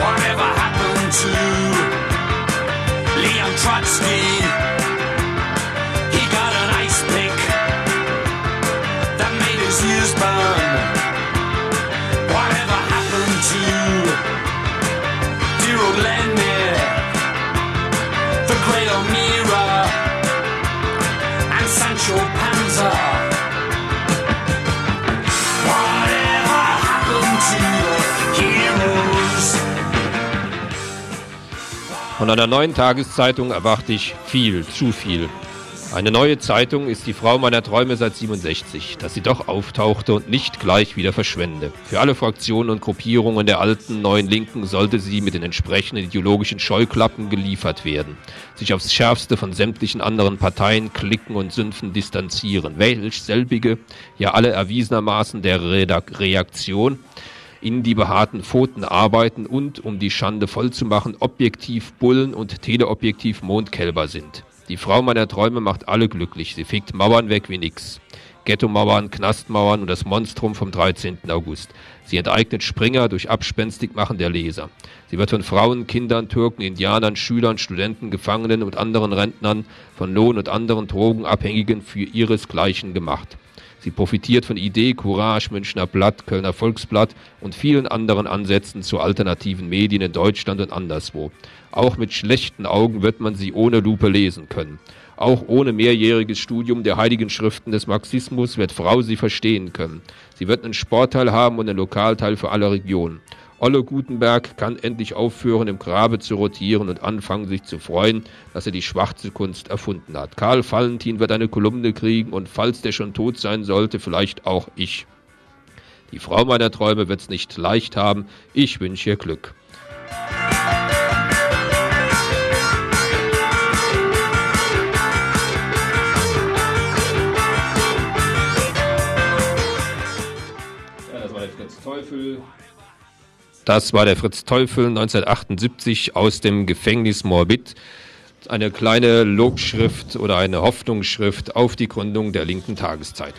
Whatever happened to Leon Trotsky? He got an ice pick that made his ears burn. Whatever happened to dear old Lenin, the great O'Meara, and Sancho Panza? Whatever happened to the heroes? Von einer neuen Tageszeitung erwarte ich viel, zu viel. Eine neue Zeitung ist die Frau meiner Träume seit 67, dass sie doch auftauchte und nicht gleich wieder verschwende. Für alle Fraktionen und Gruppierungen der alten, neuen Linken sollte sie mit den entsprechenden ideologischen Scheuklappen geliefert werden, sich aufs Schärfste von sämtlichen anderen Parteien, Cliquen und Sümpfen distanzieren, welch selbige, ja alle erwiesenermaßen der Reaktion in die behaarten Pfoten arbeiten und, um die Schande vollzumachen, objektiv Bullen und teleobjektiv Mondkälber sind. Die Frau meiner Träume macht alle glücklich. Sie fegt Mauern weg wie nix. Ghetto-Mauern, Knastmauern und das Monstrum vom 13. August. Sie enteignet Springer durch Abspenstigmachen der Leser. Sie wird von Frauen, Kindern, Türken, Indianern, Schülern, Studenten, Gefangenen und anderen Rentnern, von Lohn- und anderen Drogenabhängigen für ihresgleichen gemacht. Sie profitiert von Idee, Courage, Münchner Blatt, Kölner Volksblatt und vielen anderen Ansätzen zu alternativen Medien in Deutschland und anderswo. Auch mit schlechten Augen wird man sie ohne Lupe lesen können. Auch ohne mehrjähriges Studium der heiligen Schriften des Marxismus wird Frau sie verstehen können. Sie wird einen Sportteil haben und einen Lokalteil für alle Regionen. Olle Gutenberg kann endlich aufhören, im Grabe zu rotieren und anfangen, sich zu freuen, dass er die schwarze Kunst erfunden hat. Karl Valentin wird eine Kolumne kriegen und falls der schon tot sein sollte, vielleicht auch ich. Die Frau meiner Träume wird's nicht leicht haben. Ich wünsche ihr Glück. Das war der Fritz Teufel 1978 aus dem Gefängnis Moabit. Eine kleine Lobschrift oder eine Hoffnungsschrift auf die Gründung der linken Tageszeitung.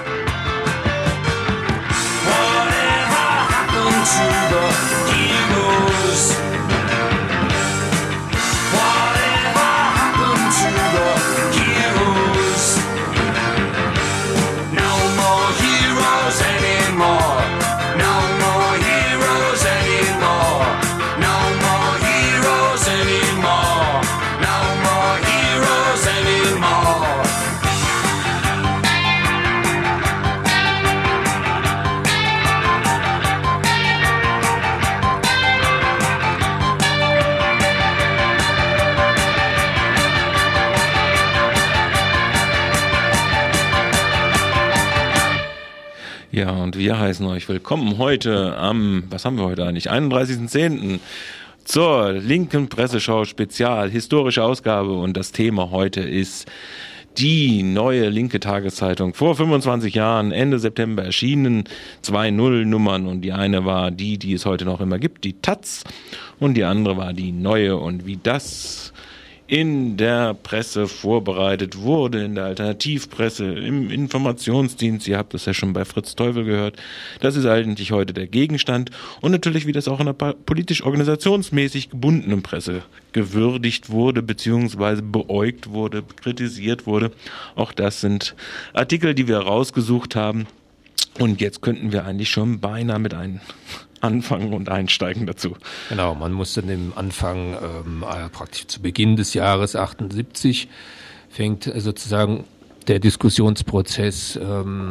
Ja, und wir heißen euch willkommen heute am, was haben wir heute eigentlich, 31.10. zur linken Presseschau Spezial, historische Ausgabe, und das Thema heute ist die neue linke Tageszeitung, vor 25 Jahren, Ende September erschienen, 2 Nullnummern, und die eine war die es heute noch immer gibt, die Taz, und die andere war die neue, und wie das in der Presse vorbereitet wurde, in der Alternativpresse, im Informationsdienst, ihr habt das ja schon bei Fritz Teufel gehört, das ist eigentlich heute der Gegenstand, und natürlich, wie das auch in der politisch-organisationsmäßig gebundenen Presse gewürdigt wurde, beziehungsweise beäugt wurde, kritisiert wurde. Auch das sind Artikel, die wir rausgesucht haben, und jetzt könnten wir eigentlich schon beinahe mit anfangen und einsteigen dazu. Genau, man musste im Anfang, praktisch zu Beginn des Jahres 78, fängt sozusagen der Diskussionsprozess,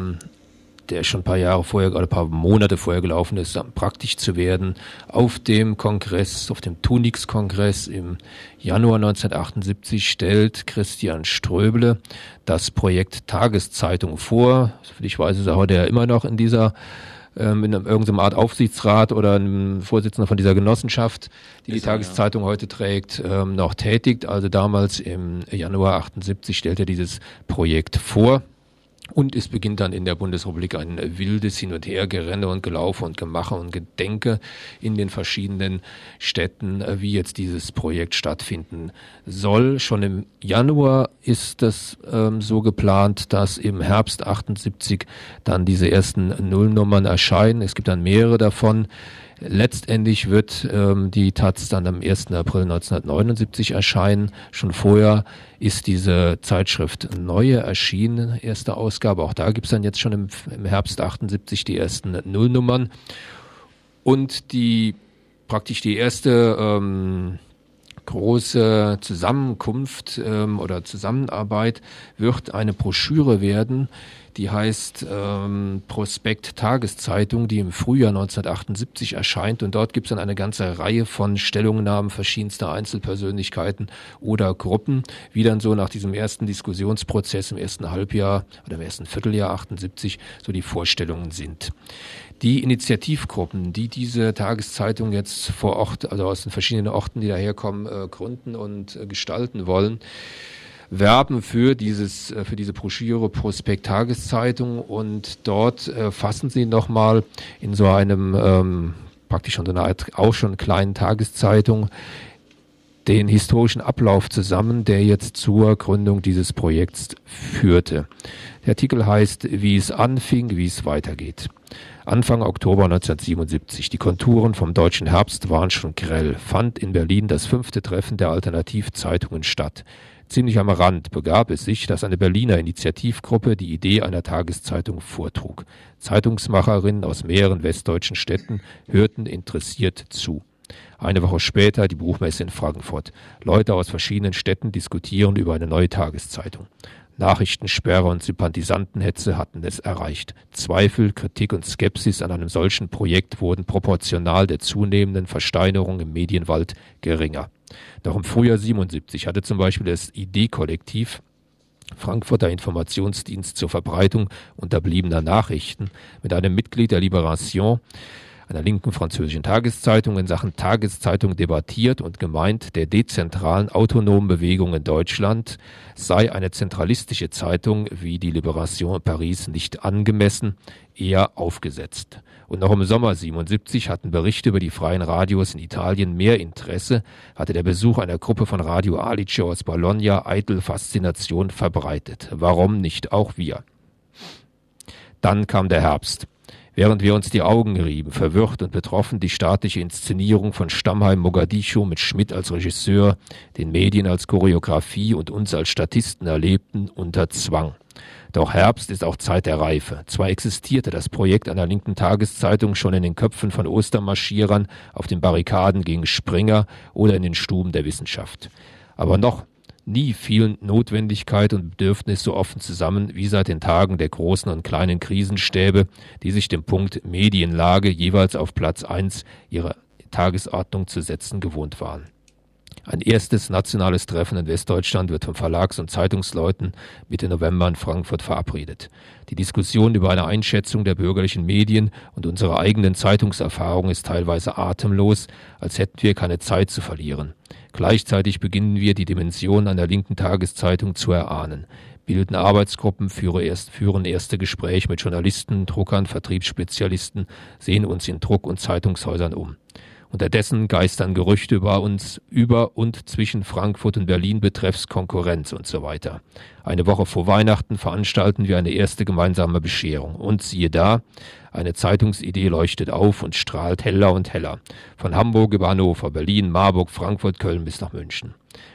der schon ein paar Jahre vorher oder ein paar Monate vorher gelaufen ist, praktisch zu werden. Auf dem Kongress, auf dem Tunix-Kongress im Januar 1978 stellt Christian Ströbele das Projekt Tageszeitung vor. Ich weiß es auch, der immer noch in dieser in irgendeiner Art Aufsichtsrat oder einem Vorsitzender von dieser Genossenschaft, die die Tageszeitung heute trägt, noch tätigt. Also damals im Januar 78 stellt er dieses Projekt vor. Und es beginnt dann in der Bundesrepublik ein wildes Hin- und Hergerenne und Gelaufe und Gemache und Gedenke in den verschiedenen Städten, wie jetzt dieses Projekt stattfinden soll. Schon im Januar ist das so geplant, dass im Herbst 78 dann diese ersten Nullnummern erscheinen. Es gibt dann mehrere davon. Letztendlich wird die Taz dann am 1. April 1979 erscheinen. Schon vorher ist diese Zeitschrift Neue erschienen, erste Ausgabe. Auch da gibt es dann jetzt schon im Herbst 78 die ersten Nullnummern. Und praktisch die erste große Zusammenkunft oder Zusammenarbeit wird eine Broschüre werden, die heißt Prospekt Tageszeitung, die im Frühjahr 1978 erscheint, und dort gibt es dann eine ganze Reihe von Stellungnahmen verschiedenster Einzelpersönlichkeiten oder Gruppen, wie dann so nach diesem ersten Diskussionsprozess im ersten Halbjahr oder im ersten Vierteljahr 78 so die Vorstellungen sind. Die Initiativgruppen, die diese Tageszeitung jetzt vor Ort, also aus den verschiedenen Orten, die daherkommen, gründen und gestalten wollen, werben für diese Broschüre Prospekt Tageszeitung, und dort fassen sie nochmal in so einem praktisch schon so einer Art auch schon kleinen Tageszeitung den historischen Ablauf zusammen, der jetzt zur Gründung dieses Projekts führte. Der Artikel heißt, wie es anfing, wie es weitergeht. Anfang Oktober 1977. Die Konturen vom deutschen Herbst waren schon grell. Fand in Berlin das 5. Treffen der Alternativzeitungen statt. Ziemlich am Rand begab es sich, dass eine Berliner Initiativgruppe die Idee einer Tageszeitung vortrug. Zeitungsmacherinnen aus mehreren westdeutschen Städten hörten interessiert zu. Eine Woche später die Buchmesse in Frankfurt. Leute aus verschiedenen Städten diskutieren über eine neue Tageszeitung. Nachrichtensperre und Sympathisantenhetze hatten es erreicht. Zweifel, Kritik und Skepsis an einem solchen Projekt wurden proportional der zunehmenden Versteinerung im Medienwald geringer. Noch im Frühjahr 77 hatte zum Beispiel das ID-Kollektiv, Frankfurter Informationsdienst zur Verbreitung unterbliebener Nachrichten, mit einem Mitglied der Libération, einer linken französischen Tageszeitung, in Sachen Tageszeitung debattiert und gemeint, der dezentralen autonomen Bewegung in Deutschland sei eine zentralistische Zeitung wie die Libération in Paris nicht angemessen, eher aufgesetzt. Und noch im Sommer 77 hatten Berichte über die freien Radios in Italien mehr Interesse, hatte der Besuch einer Gruppe von Radio Alice aus Bologna eitel Faszination verbreitet. Warum nicht auch wir? Dann kam der Herbst. Während wir uns die Augen rieben, verwirrt und betroffen, die staatliche Inszenierung von Stammheim Mogadischu mit Schmidt als Regisseur, den Medien als Choreografie und uns als Statisten erlebten, unter Zwang. Doch Herbst ist auch Zeit der Reife. Zwar existierte das Projekt einer linken Tageszeitung schon in den Köpfen von Ostermarschierern auf den Barrikaden gegen Springer oder in den Stuben der Wissenschaft. Aber noch nie fielen Notwendigkeit und Bedürfnis so offen zusammen wie seit den Tagen der großen und kleinen Krisenstäbe, die sich dem Punkt Medienlage jeweils auf Platz 1 ihrer Tagesordnung zu setzen gewohnt waren. Ein erstes nationales Treffen in Westdeutschland wird von Verlags- und Zeitungsleuten Mitte November in Frankfurt verabredet. Die Diskussion über eine Einschätzung der bürgerlichen Medien und unserer eigenen Zeitungserfahrung ist teilweise atemlos, als hätten wir keine Zeit zu verlieren. Gleichzeitig beginnen wir, die Dimension einer linken Tageszeitung zu erahnen, bilden Arbeitsgruppen, führen erste Gespräche mit Journalisten, Druckern, Vertriebsspezialisten, sehen uns in Druck- und Zeitungshäusern um. Unterdessen geistern Gerüchte über uns, über und zwischen Frankfurt und Berlin betreffs Konkurrenz und so weiter. Eine Woche vor Weihnachten veranstalten wir eine erste gemeinsame Bescherung. Und siehe da, eine Zeitungsidee leuchtet auf und strahlt heller und heller. Von Hamburg über Hannover, Berlin, Marburg, Frankfurt, Köln bis nach München.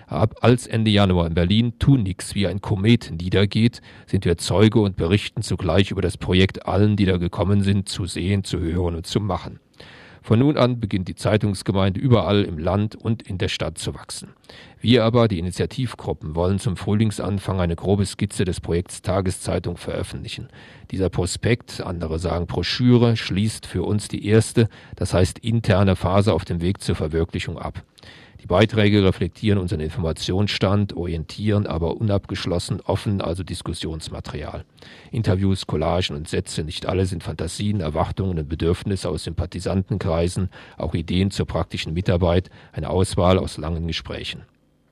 Als Ende Januar in Berlin tun nix wie ein Komet niedergeht, sind wir Zeuge und berichten zugleich über das Projekt allen, die da gekommen sind, zu sehen, zu hören und zu machen. Von nun an beginnt die Zeitungsgemeinde überall im Land und in der Stadt zu wachsen. Wir aber, die Initiativgruppen, wollen zum Frühlingsanfang eine grobe Skizze des Projekts Tageszeitung veröffentlichen. Dieser Prospekt, andere sagen Broschüre, schließt für uns die erste, das heißt interne Phase auf dem Weg zur Verwirklichung ab. Die Beiträge reflektieren unseren Informationsstand, orientieren aber unabgeschlossen, offen, also Diskussionsmaterial. Interviews, Collagen und Sätze, nicht alle sind Fantasien, Erwartungen und Bedürfnisse aus Sympathisantenkreisen, auch Ideen zur praktischen Mitarbeit, eine Auswahl aus langen Gesprächen.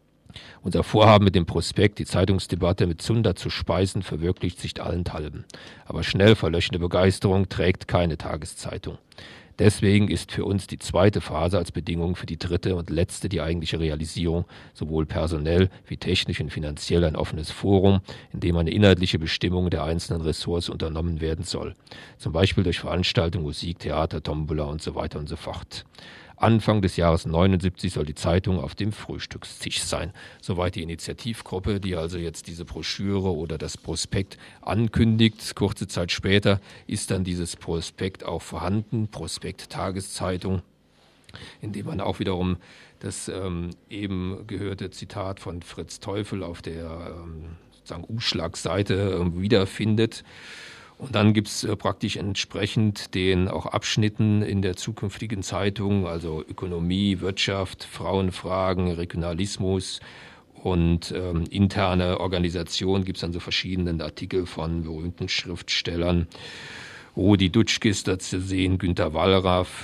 Unser Vorhaben mit dem Prospekt, die Zeitungsdebatte mit Zunder zu speisen, verwirklicht sich allenthalben. Aber schnell verlöschende Begeisterung trägt keine Tageszeitung. Deswegen ist für uns die zweite Phase als Bedingung für die dritte und letzte die eigentliche Realisierung, sowohl personell wie technisch und finanziell ein offenes Forum, in dem eine inhaltliche Bestimmung der einzelnen Ressorts unternommen werden soll. Zum Beispiel durch Veranstaltungen, Musik, Theater, Tombola und so weiter und so fort. Anfang des Jahres 79 soll die Zeitung auf dem Frühstückstisch sein. Soweit die Initiativgruppe, die also jetzt diese Broschüre oder das Prospekt ankündigt. Kurze Zeit später ist dann dieses Prospekt auch vorhanden, Prospekt Tageszeitung, in dem man auch wiederum das eben gehörte Zitat von Fritz Teufel auf der sozusagen Umschlagseite wiederfindet. Und dann gibt es praktisch entsprechend den auch Abschnitten in der zukünftigen Zeitung, also Ökonomie, Wirtschaft, Frauenfragen, Regionalismus und interne Organisation, gibt es dann so verschiedene Artikel von berühmten Schriftstellern. Rudi Dutschke ist da zu sehen, Günter Wallraff,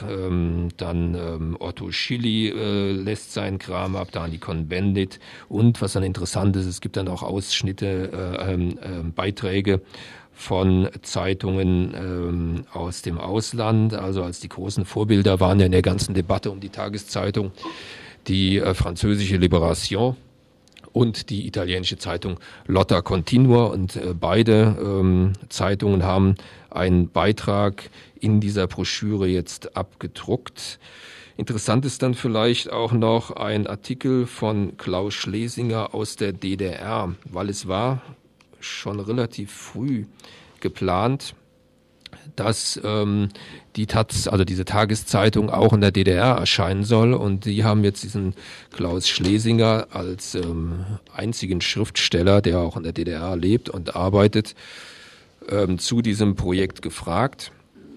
dann Otto Schilly lässt seinen Kram ab, Dani Cohn-Bendit und was dann interessant ist, es gibt dann auch Ausschnitte, Beiträge von Zeitungen aus dem Ausland, also als die großen Vorbilder waren ja in der ganzen Debatte um die Tageszeitung die französische Libération und die italienische Zeitung Lotta Continua und beide Zeitungen haben einen Beitrag in dieser Broschüre jetzt abgedruckt. Interessant ist dann vielleicht auch noch ein Artikel von Klaus Schlesinger aus der DDR, weil es war schon relativ früh geplant, dass die Taz, also diese Tageszeitung, auch in der DDR erscheinen soll. Und die haben jetzt diesen Klaus Schlesinger als einzigen Schriftsteller, der auch in der DDR lebt und arbeitet, zu diesem Projekt gefragt.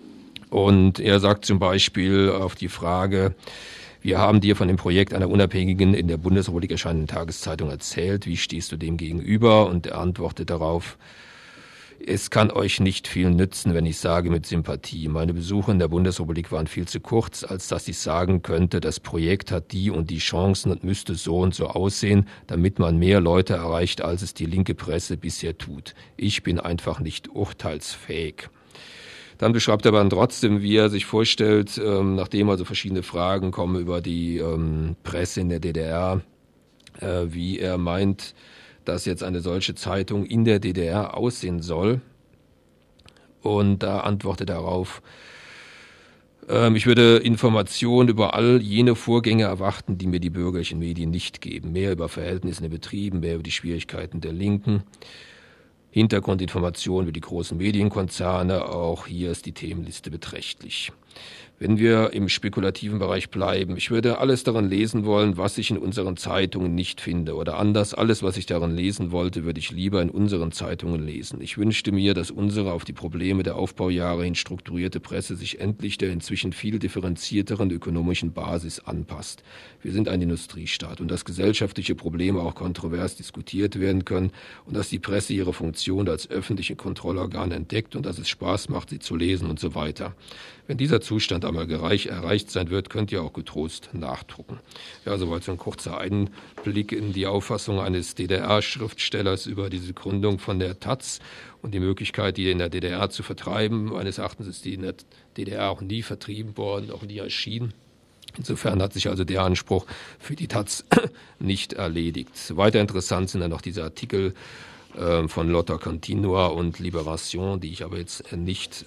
Und er sagt zum Beispiel auf die Frage: Wir haben dir von dem Projekt einer unabhängigen, in der Bundesrepublik erscheinenden Tageszeitung erzählt. Wie stehst du dem gegenüber? Und er antwortet darauf: Es kann euch nicht viel nützen, wenn ich sage mit Sympathie. Meine Besuche in der Bundesrepublik waren viel zu kurz, als dass ich sagen könnte, das Projekt hat die und die Chancen und müsste so und so aussehen, damit man mehr Leute erreicht, als es die linke Presse bisher tut. Ich bin einfach nicht urteilsfähig. Dann beschreibt er aber trotzdem, wie er sich vorstellt, nachdem also verschiedene Fragen kommen über die Presse in der DDR, wie er meint, dass jetzt eine solche Zeitung in der DDR aussehen soll. Und da antwortet er darauf: Ich würde Informationen über all jene Vorgänge erwarten, die mir die bürgerlichen Medien nicht geben. Mehr über Verhältnisse in den Betrieben, mehr über die Schwierigkeiten der Linken. Hintergrundinformationen über die großen Medienkonzerne, auch hier ist die Themenliste beträchtlich. Wenn wir im spekulativen Bereich bleiben, ich würde alles daran lesen wollen, was ich in unseren Zeitungen nicht finde. Oder anders, alles, was ich daran lesen wollte, würde ich lieber in unseren Zeitungen lesen. Ich wünschte mir, dass unsere auf die Probleme der Aufbaujahre hin strukturierte Presse sich endlich der inzwischen viel differenzierteren ökonomischen Basis anpasst. Wir sind ein Industriestaat und dass gesellschaftliche Probleme auch kontrovers diskutiert werden können und dass die Presse ihre Funktion als öffentliche Kontrollorgan entdeckt und dass es Spaß macht, sie zu lesen und so weiter. Wenn dieser Zustand einmal erreicht sein wird, könnt ihr auch getrost nachdrucken. Ja, soweit so ein kurzer Einblick in die Auffassung eines DDR-Schriftstellers über diese Gründung von der Taz und die Möglichkeit, die in der DDR zu vertreiben. Meines Erachtens ist die in der DDR auch nie vertrieben worden, auch nie erschienen. Insofern hat sich also der Anspruch für die Taz nicht erledigt. Weiter interessant sind dann noch diese Artikel von Lotta Continua und Libération, die ich aber jetzt nicht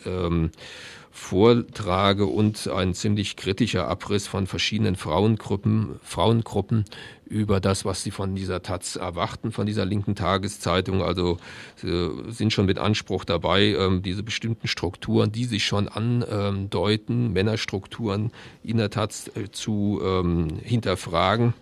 vortrage, und ein ziemlich kritischer Abriss von verschiedenen Frauengruppen über das, was sie von dieser Taz erwarten, von dieser linken Tageszeitung. Also sind schon mit Anspruch dabei, diese bestimmten Strukturen, die sich schon andeuten, Männerstrukturen in der Taz zu hinterfragen.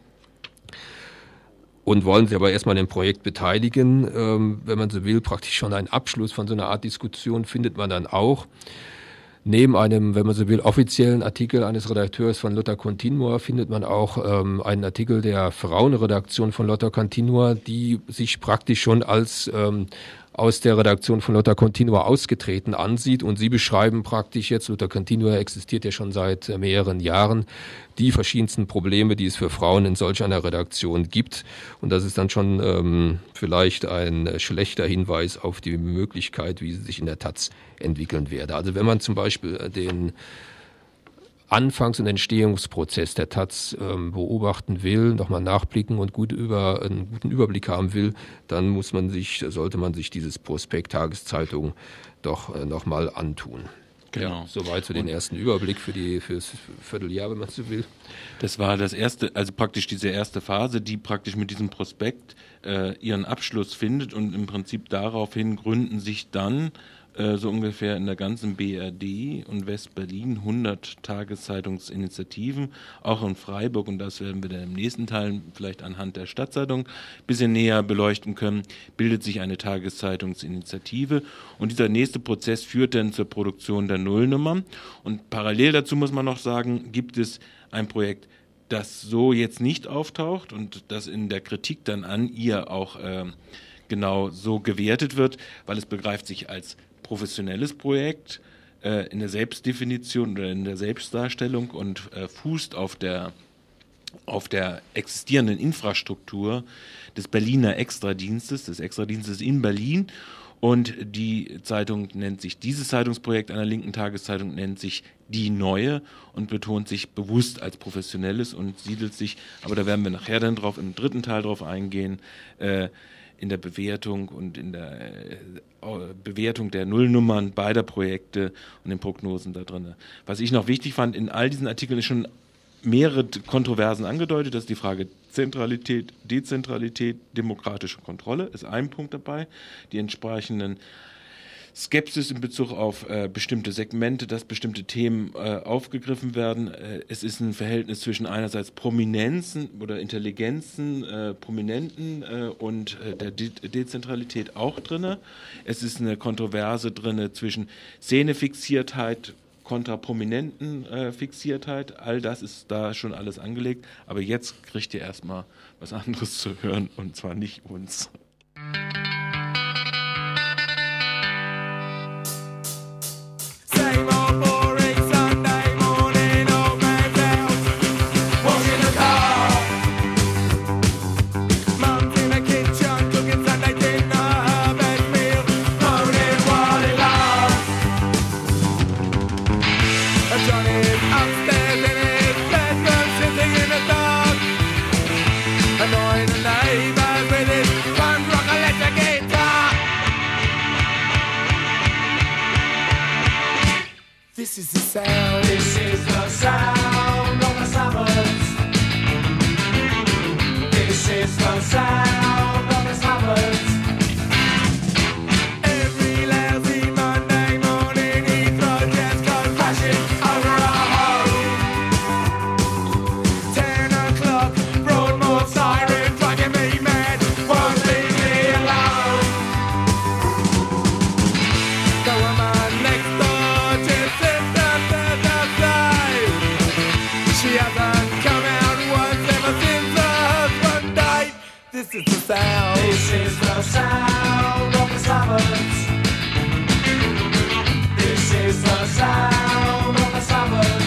Und wollen sie aber erstmal im Projekt beteiligen, wenn man so will, praktisch schon einen Abschluss von so einer Art Diskussion findet man dann auch. Neben einem, wenn man so will, offiziellen Artikel eines Redakteurs von Lotta Continua findet man auch einen Artikel der Frauenredaktion von Lotta Continua, die sich praktisch schon als aus der Redaktion von Lotta Continua ausgetreten ansieht, und sie beschreiben praktisch jetzt, Lotta Continua existiert ja schon seit mehreren Jahren, die verschiedensten Probleme, die es für Frauen in solch einer Redaktion gibt, und das ist dann schon vielleicht ein schlechter Hinweis auf die Möglichkeit, wie sie sich in der Taz entwickeln werde. Also wenn man zum Beispiel den Anfangs- und Entstehungsprozess der Taz beobachten will, nochmal nachblicken und einen guten Überblick haben will, dann sollte man sich dieses Prospekt Tageszeitung doch nochmal antun. Genau. Ja, soweit für den ersten Überblick fürs Vierteljahr, wenn man so will. Das war das erste, also praktisch diese erste Phase, die praktisch mit diesem Prospekt ihren Abschluss findet, und im Prinzip daraufhin gründen sich dann so ungefähr in der ganzen BRD und West-Berlin 100 Tageszeitungsinitiativen, auch in Freiburg, und das werden wir dann im nächsten Teil vielleicht anhand der Stadtzeitung ein bisschen näher beleuchten können, bildet sich eine Tageszeitungsinitiative, und dieser nächste Prozess führt dann zur Produktion der Nullnummer, und parallel dazu muss man noch sagen, gibt es ein Projekt, das so jetzt nicht auftaucht und das in der Kritik dann an ihr auch genau so gewertet wird, weil es begreift sich als professionelles Projekt in der Selbstdefinition oder in der Selbstdarstellung und fußt auf der existierenden Infrastruktur des Berliner Extradienstes, des Extradienstes in Berlin. Und dieses Zeitungsprojekt einer linken Tageszeitung nennt sich Die Neue und betont sich bewusst als professionelles und siedelt sich, aber da werden wir nachher dann im dritten Teil drauf eingehen, in der Bewertung und in der Bewertung der Nullnummern beider Projekte und den Prognosen da drin. Was ich noch wichtig fand, in all diesen Artikeln ist schon mehrere Kontroversen angedeutet. Das ist die Frage Zentralität, Dezentralität, demokratische Kontrolle, ist ein Punkt dabei. Die entsprechenden Skepsis in Bezug auf bestimmte Segmente, dass bestimmte Themen aufgegriffen werden. Es ist ein Verhältnis zwischen einerseits Prominenzen oder Intelligenzen, Prominenten und der Dezentralität auch drin. Es ist eine Kontroverse drin zwischen Szenefixiertheit kontra Prominentenfixiertheit. All das ist da schon alles angelegt. Aber jetzt kriegt ihr erstmal was anderes zu hören, und zwar nicht uns. This is the sound. This is the sound of the suburbs. This is the sound of the suburbs. Every lousy Monday morning, Heathrow jets go crashing over our home. 10 o'clock, Broadmoor siren, driving me mad, won't leave me alone. The woman next door just sits up at the side. She hasn't come out once ever since her husband died. This is the sound. This is the sound of the suburbs. This is the sound of the suburbs.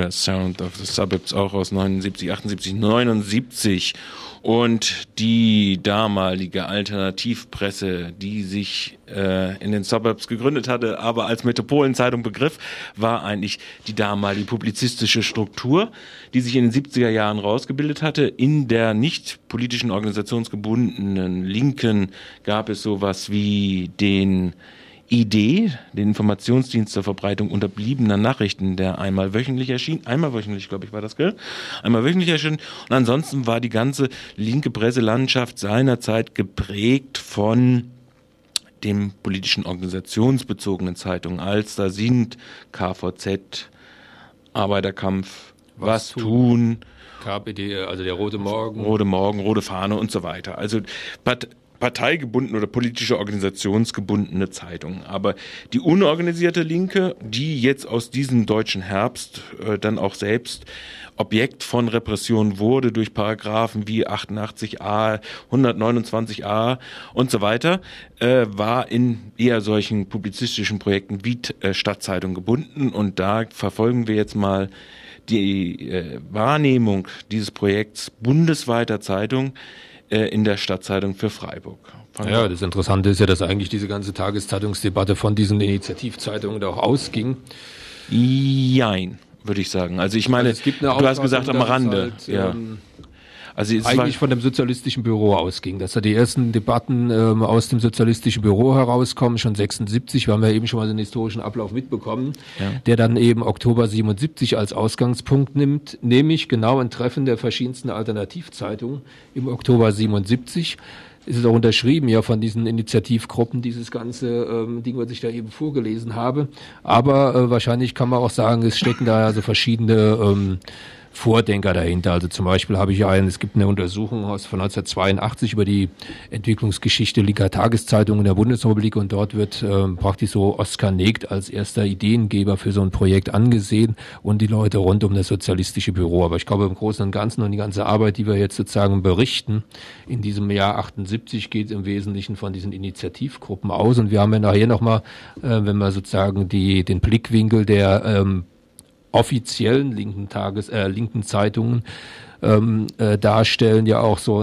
Sound of the Suburbs, auch aus 79, 78, 79. Und die damalige Alternativpresse, die sich in den Suburbs gegründet hatte, aber als Metropolenzeitung begriff, war eigentlich die damalige publizistische Struktur, die sich in den 70er Jahren rausgebildet hatte. In der nicht politischen organisationsgebundenen Linken gab es sowas wie den ID, den Informationsdienst zur Verbreitung unterbliebener Nachrichten, der einmal wöchentlich erschien. Einmal wöchentlich, glaube ich, war das, gell? Einmal wöchentlich erschien. Und ansonsten war die ganze linke Presselandschaft seinerzeit geprägt von dem politischen organisationsbezogenen Zeitungen. Da sind KVZ, Arbeiterkampf, Was tun, KPD, also der Rote Morgen. Rote Morgen, Rote Fahne und so weiter. Also parteigebundene oder politische organisationsgebundene Zeitungen. Aber die unorganisierte Linke, die jetzt aus diesem deutschen Herbst dann auch selbst Objekt von Repression wurde durch Paragraphen wie 88a, 129a und so weiter, war in eher solchen publizistischen Projekten wie Stadtzeitung gebunden. Und da verfolgen wir jetzt mal die Wahrnehmung dieses Projekts bundesweiter Zeitung in der Stadtzeitung für Freiburg. Ja, das Interessante ist ja, dass eigentlich diese ganze Tageszeitungsdebatte von diesen Initiativzeitungen da auch ausging. Jein, würde ich sagen. Also ich meine, es gibt eine du hast gesagt am Rande. Halt, ja. Also es eigentlich von dem sozialistischen Büro ausging, dass da die ersten Debatten aus dem sozialistischen Büro herauskommen, schon 76, wir haben ja eben schon mal den historischen Ablauf mitbekommen, der dann eben Oktober 77 als Ausgangspunkt nimmt, nämlich genau ein Treffen der verschiedensten Alternativzeitungen im Oktober 77. Ist es auch unterschrieben ja von diesen Initiativgruppen, dieses ganze Ding, was ich da eben vorgelesen habe. Aber wahrscheinlich kann man auch sagen, es stecken da ja so verschiedene Vordenker dahinter. Also zum Beispiel es gibt eine Untersuchung von 1982 über die Entwicklungsgeschichte linker Tageszeitungen in der Bundesrepublik und dort wird praktisch so Oskar Negt als erster Ideengeber für so ein Projekt angesehen und die Leute rund um das sozialistische Büro. Aber ich glaube im Großen und Ganzen und die ganze Arbeit, die wir jetzt sozusagen berichten, in diesem Jahr 78 geht im Wesentlichen von diesen Initiativgruppen aus und wir haben ja nachher nochmal, wenn wir sozusagen den Blickwinkel der offiziellen linken Zeitungen darstellen, ja auch so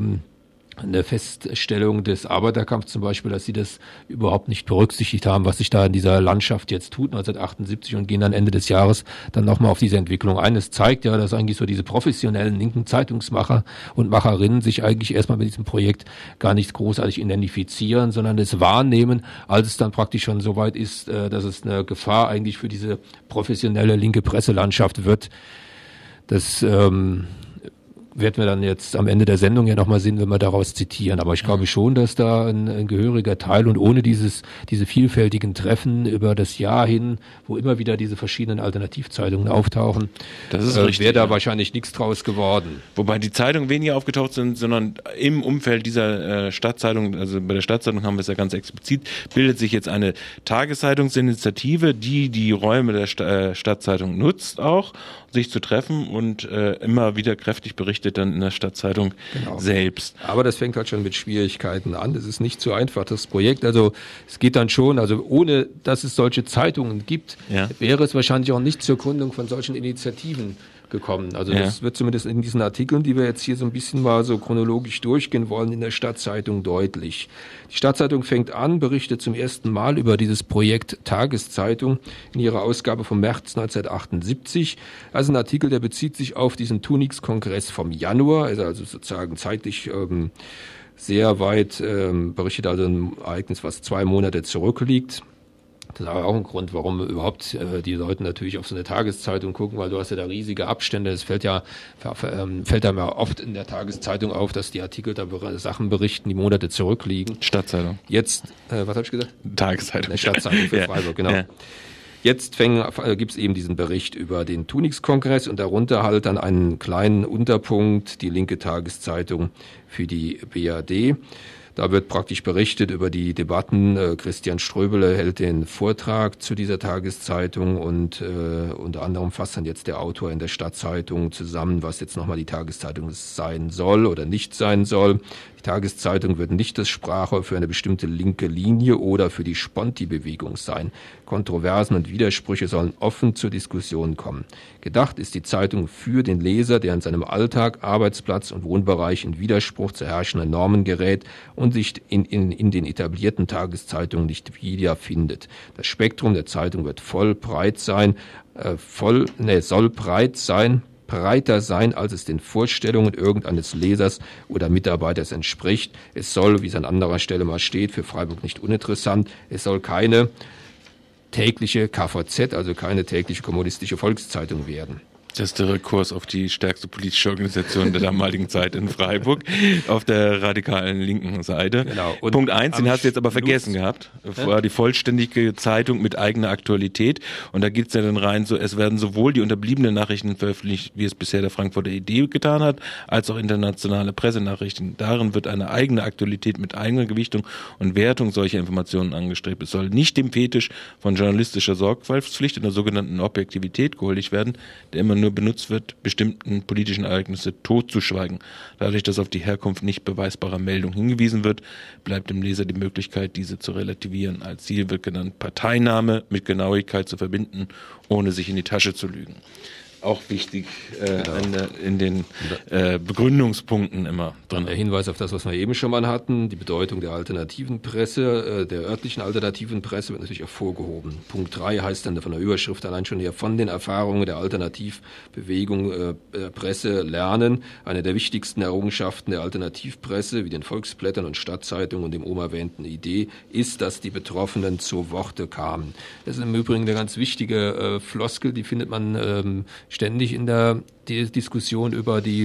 eine Feststellung des Arbeiterkampfs zum Beispiel, dass sie das überhaupt nicht berücksichtigt haben, was sich da in dieser Landschaft jetzt tut, 1978 und gehen dann Ende des Jahres dann nochmal auf diese Entwicklung ein. Es zeigt ja, dass eigentlich so diese professionellen linken Zeitungsmacher und Macherinnen sich eigentlich erstmal mit diesem Projekt gar nicht großartig identifizieren, sondern es wahrnehmen, als es dann praktisch schon so weit ist, dass es eine Gefahr eigentlich für diese professionelle linke Presselandschaft wird. Das werden wir dann jetzt am Ende der Sendung ja nochmal sehen, wenn wir daraus zitieren. Aber ich glaube schon, dass da ein gehöriger Teil und ohne diese vielfältigen Treffen über das Jahr hin, wo immer wieder diese verschiedenen Alternativzeitungen auftauchen, wäre da wahrscheinlich nichts draus geworden. Wobei die Zeitungen weniger aufgetaucht sind, sondern im Umfeld dieser Stadtzeitung, also bei der Stadtzeitung haben wir es ja ganz explizit, bildet sich jetzt eine Tageszeitungsinitiative, die Räume der Stadtzeitung nutzt auch, sich zu treffen und immer wieder kräftig berichtet dann in der Stadtzeitung selbst. Aber das fängt halt schon mit Schwierigkeiten an. Das ist nicht so einfach, das Projekt. Also es geht dann schon, also ohne dass es solche Zeitungen gibt, wäre es wahrscheinlich auch nicht zur Gründung von solchen Initiativen gekommen. Also das wird zumindest in diesen Artikeln, die wir jetzt hier so ein bisschen mal so chronologisch durchgehen wollen, in der Stadtzeitung deutlich. Die Stadtzeitung fängt an, berichtet zum ersten Mal über dieses Projekt Tageszeitung in ihrer Ausgabe vom März 1978. Also ein Artikel, der bezieht sich auf diesen Tunix-Kongress vom Januar, ist also sozusagen zeitlich sehr weit, berichtet also ein Ereignis, was 2 Monate zurückliegt. Das ist aber auch ein Grund, warum überhaupt die Leute natürlich auf so eine Tageszeitung gucken, weil du hast ja da riesige Abstände. Es fällt einem ja oft in der Tageszeitung auf, dass die Artikel da Sachen berichten, die Monate zurückliegen. Stadtzeitung. Jetzt, was habe ich gesagt? Tageszeitung. Eine Stadtzeitung für Freiburg, genau. Ja. Jetzt gibt es eben diesen Bericht über den Tunix-Kongress und darunter halt dann einen kleinen Unterpunkt, die linke Tageszeitung für die BRD. Da wird praktisch berichtet über die Debatten. Christian Ströbele hält den Vortrag zu dieser Tageszeitung und unter anderem fasst dann jetzt der Autor in der Stadtzeitung zusammen, was jetzt nochmal die Tageszeitung sein soll oder nicht sein soll. Die Tageszeitung wird nicht das Sprachrohr für eine bestimmte linke Linie oder für die Sponti-Bewegung sein. Kontroversen und Widersprüche sollen offen zur Diskussion kommen. Gedacht ist die Zeitung für den Leser, der in seinem Alltag, Arbeitsplatz und Wohnbereich in Widerspruch zu herrschenden Normen gerät und sich in den etablierten Tageszeitungen nicht wiederfindet. Das Spektrum der Zeitung wird soll breit sein, breiter sein, als es den Vorstellungen irgendeines Lesers oder Mitarbeiters entspricht. Es soll, wie es an anderer Stelle mal steht, für Freiburg nicht uninteressant, es soll keine tägliche KVZ, also keine tägliche kommunistische Volkszeitung werden. Das ist der Rekurs auf die stärkste politische Organisation der damaligen Zeit in Freiburg, auf der radikalen linken Seite. Genau. Und Punkt 1, den hast du jetzt aber vergessen gehabt, war die vollständige Zeitung mit eigener Aktualität. Und da geht's ja dann rein, so es werden sowohl die unterbliebenen Nachrichten veröffentlicht, wie es bisher der Frankfurter Idee getan hat, als auch internationale Pressenachrichten. Darin wird eine eigene Aktualität mit eigener Gewichtung und Wertung solcher Informationen angestrebt. Es soll nicht dem Fetisch von journalistischer Sorgfaltspflicht in der sogenannten Objektivität gehuldigt werden, der immer nur benutzt wird, bestimmten politischen Ereignisse totzuschweigen. Dadurch, dass auf die Herkunft nicht beweisbarer Meldung hingewiesen wird, bleibt dem Leser die Möglichkeit, diese zu relativieren. Als Ziel wird genannt, Parteinahme mit Genauigkeit zu verbinden, ohne sich in die Tasche zu lügen. Auch wichtig in den Begründungspunkten immer drin. Der Hinweis auf das, was wir eben schon mal hatten, die Bedeutung der alternativen Presse, der örtlichen alternativen Presse wird natürlich hervorgehoben. Punkt 3 heißt dann von der Überschrift allein schon her, von den Erfahrungen der Alternativbewegung Presse lernen. Eine der wichtigsten Errungenschaften der Alternativpresse, wie den Volksblättern und Stadtzeitungen und dem oben erwähnten Idee, ist, dass die Betroffenen zu Worte kamen. Das ist im Übrigen eine ganz wichtige Floskel, die findet man ständig in der Diskussion über die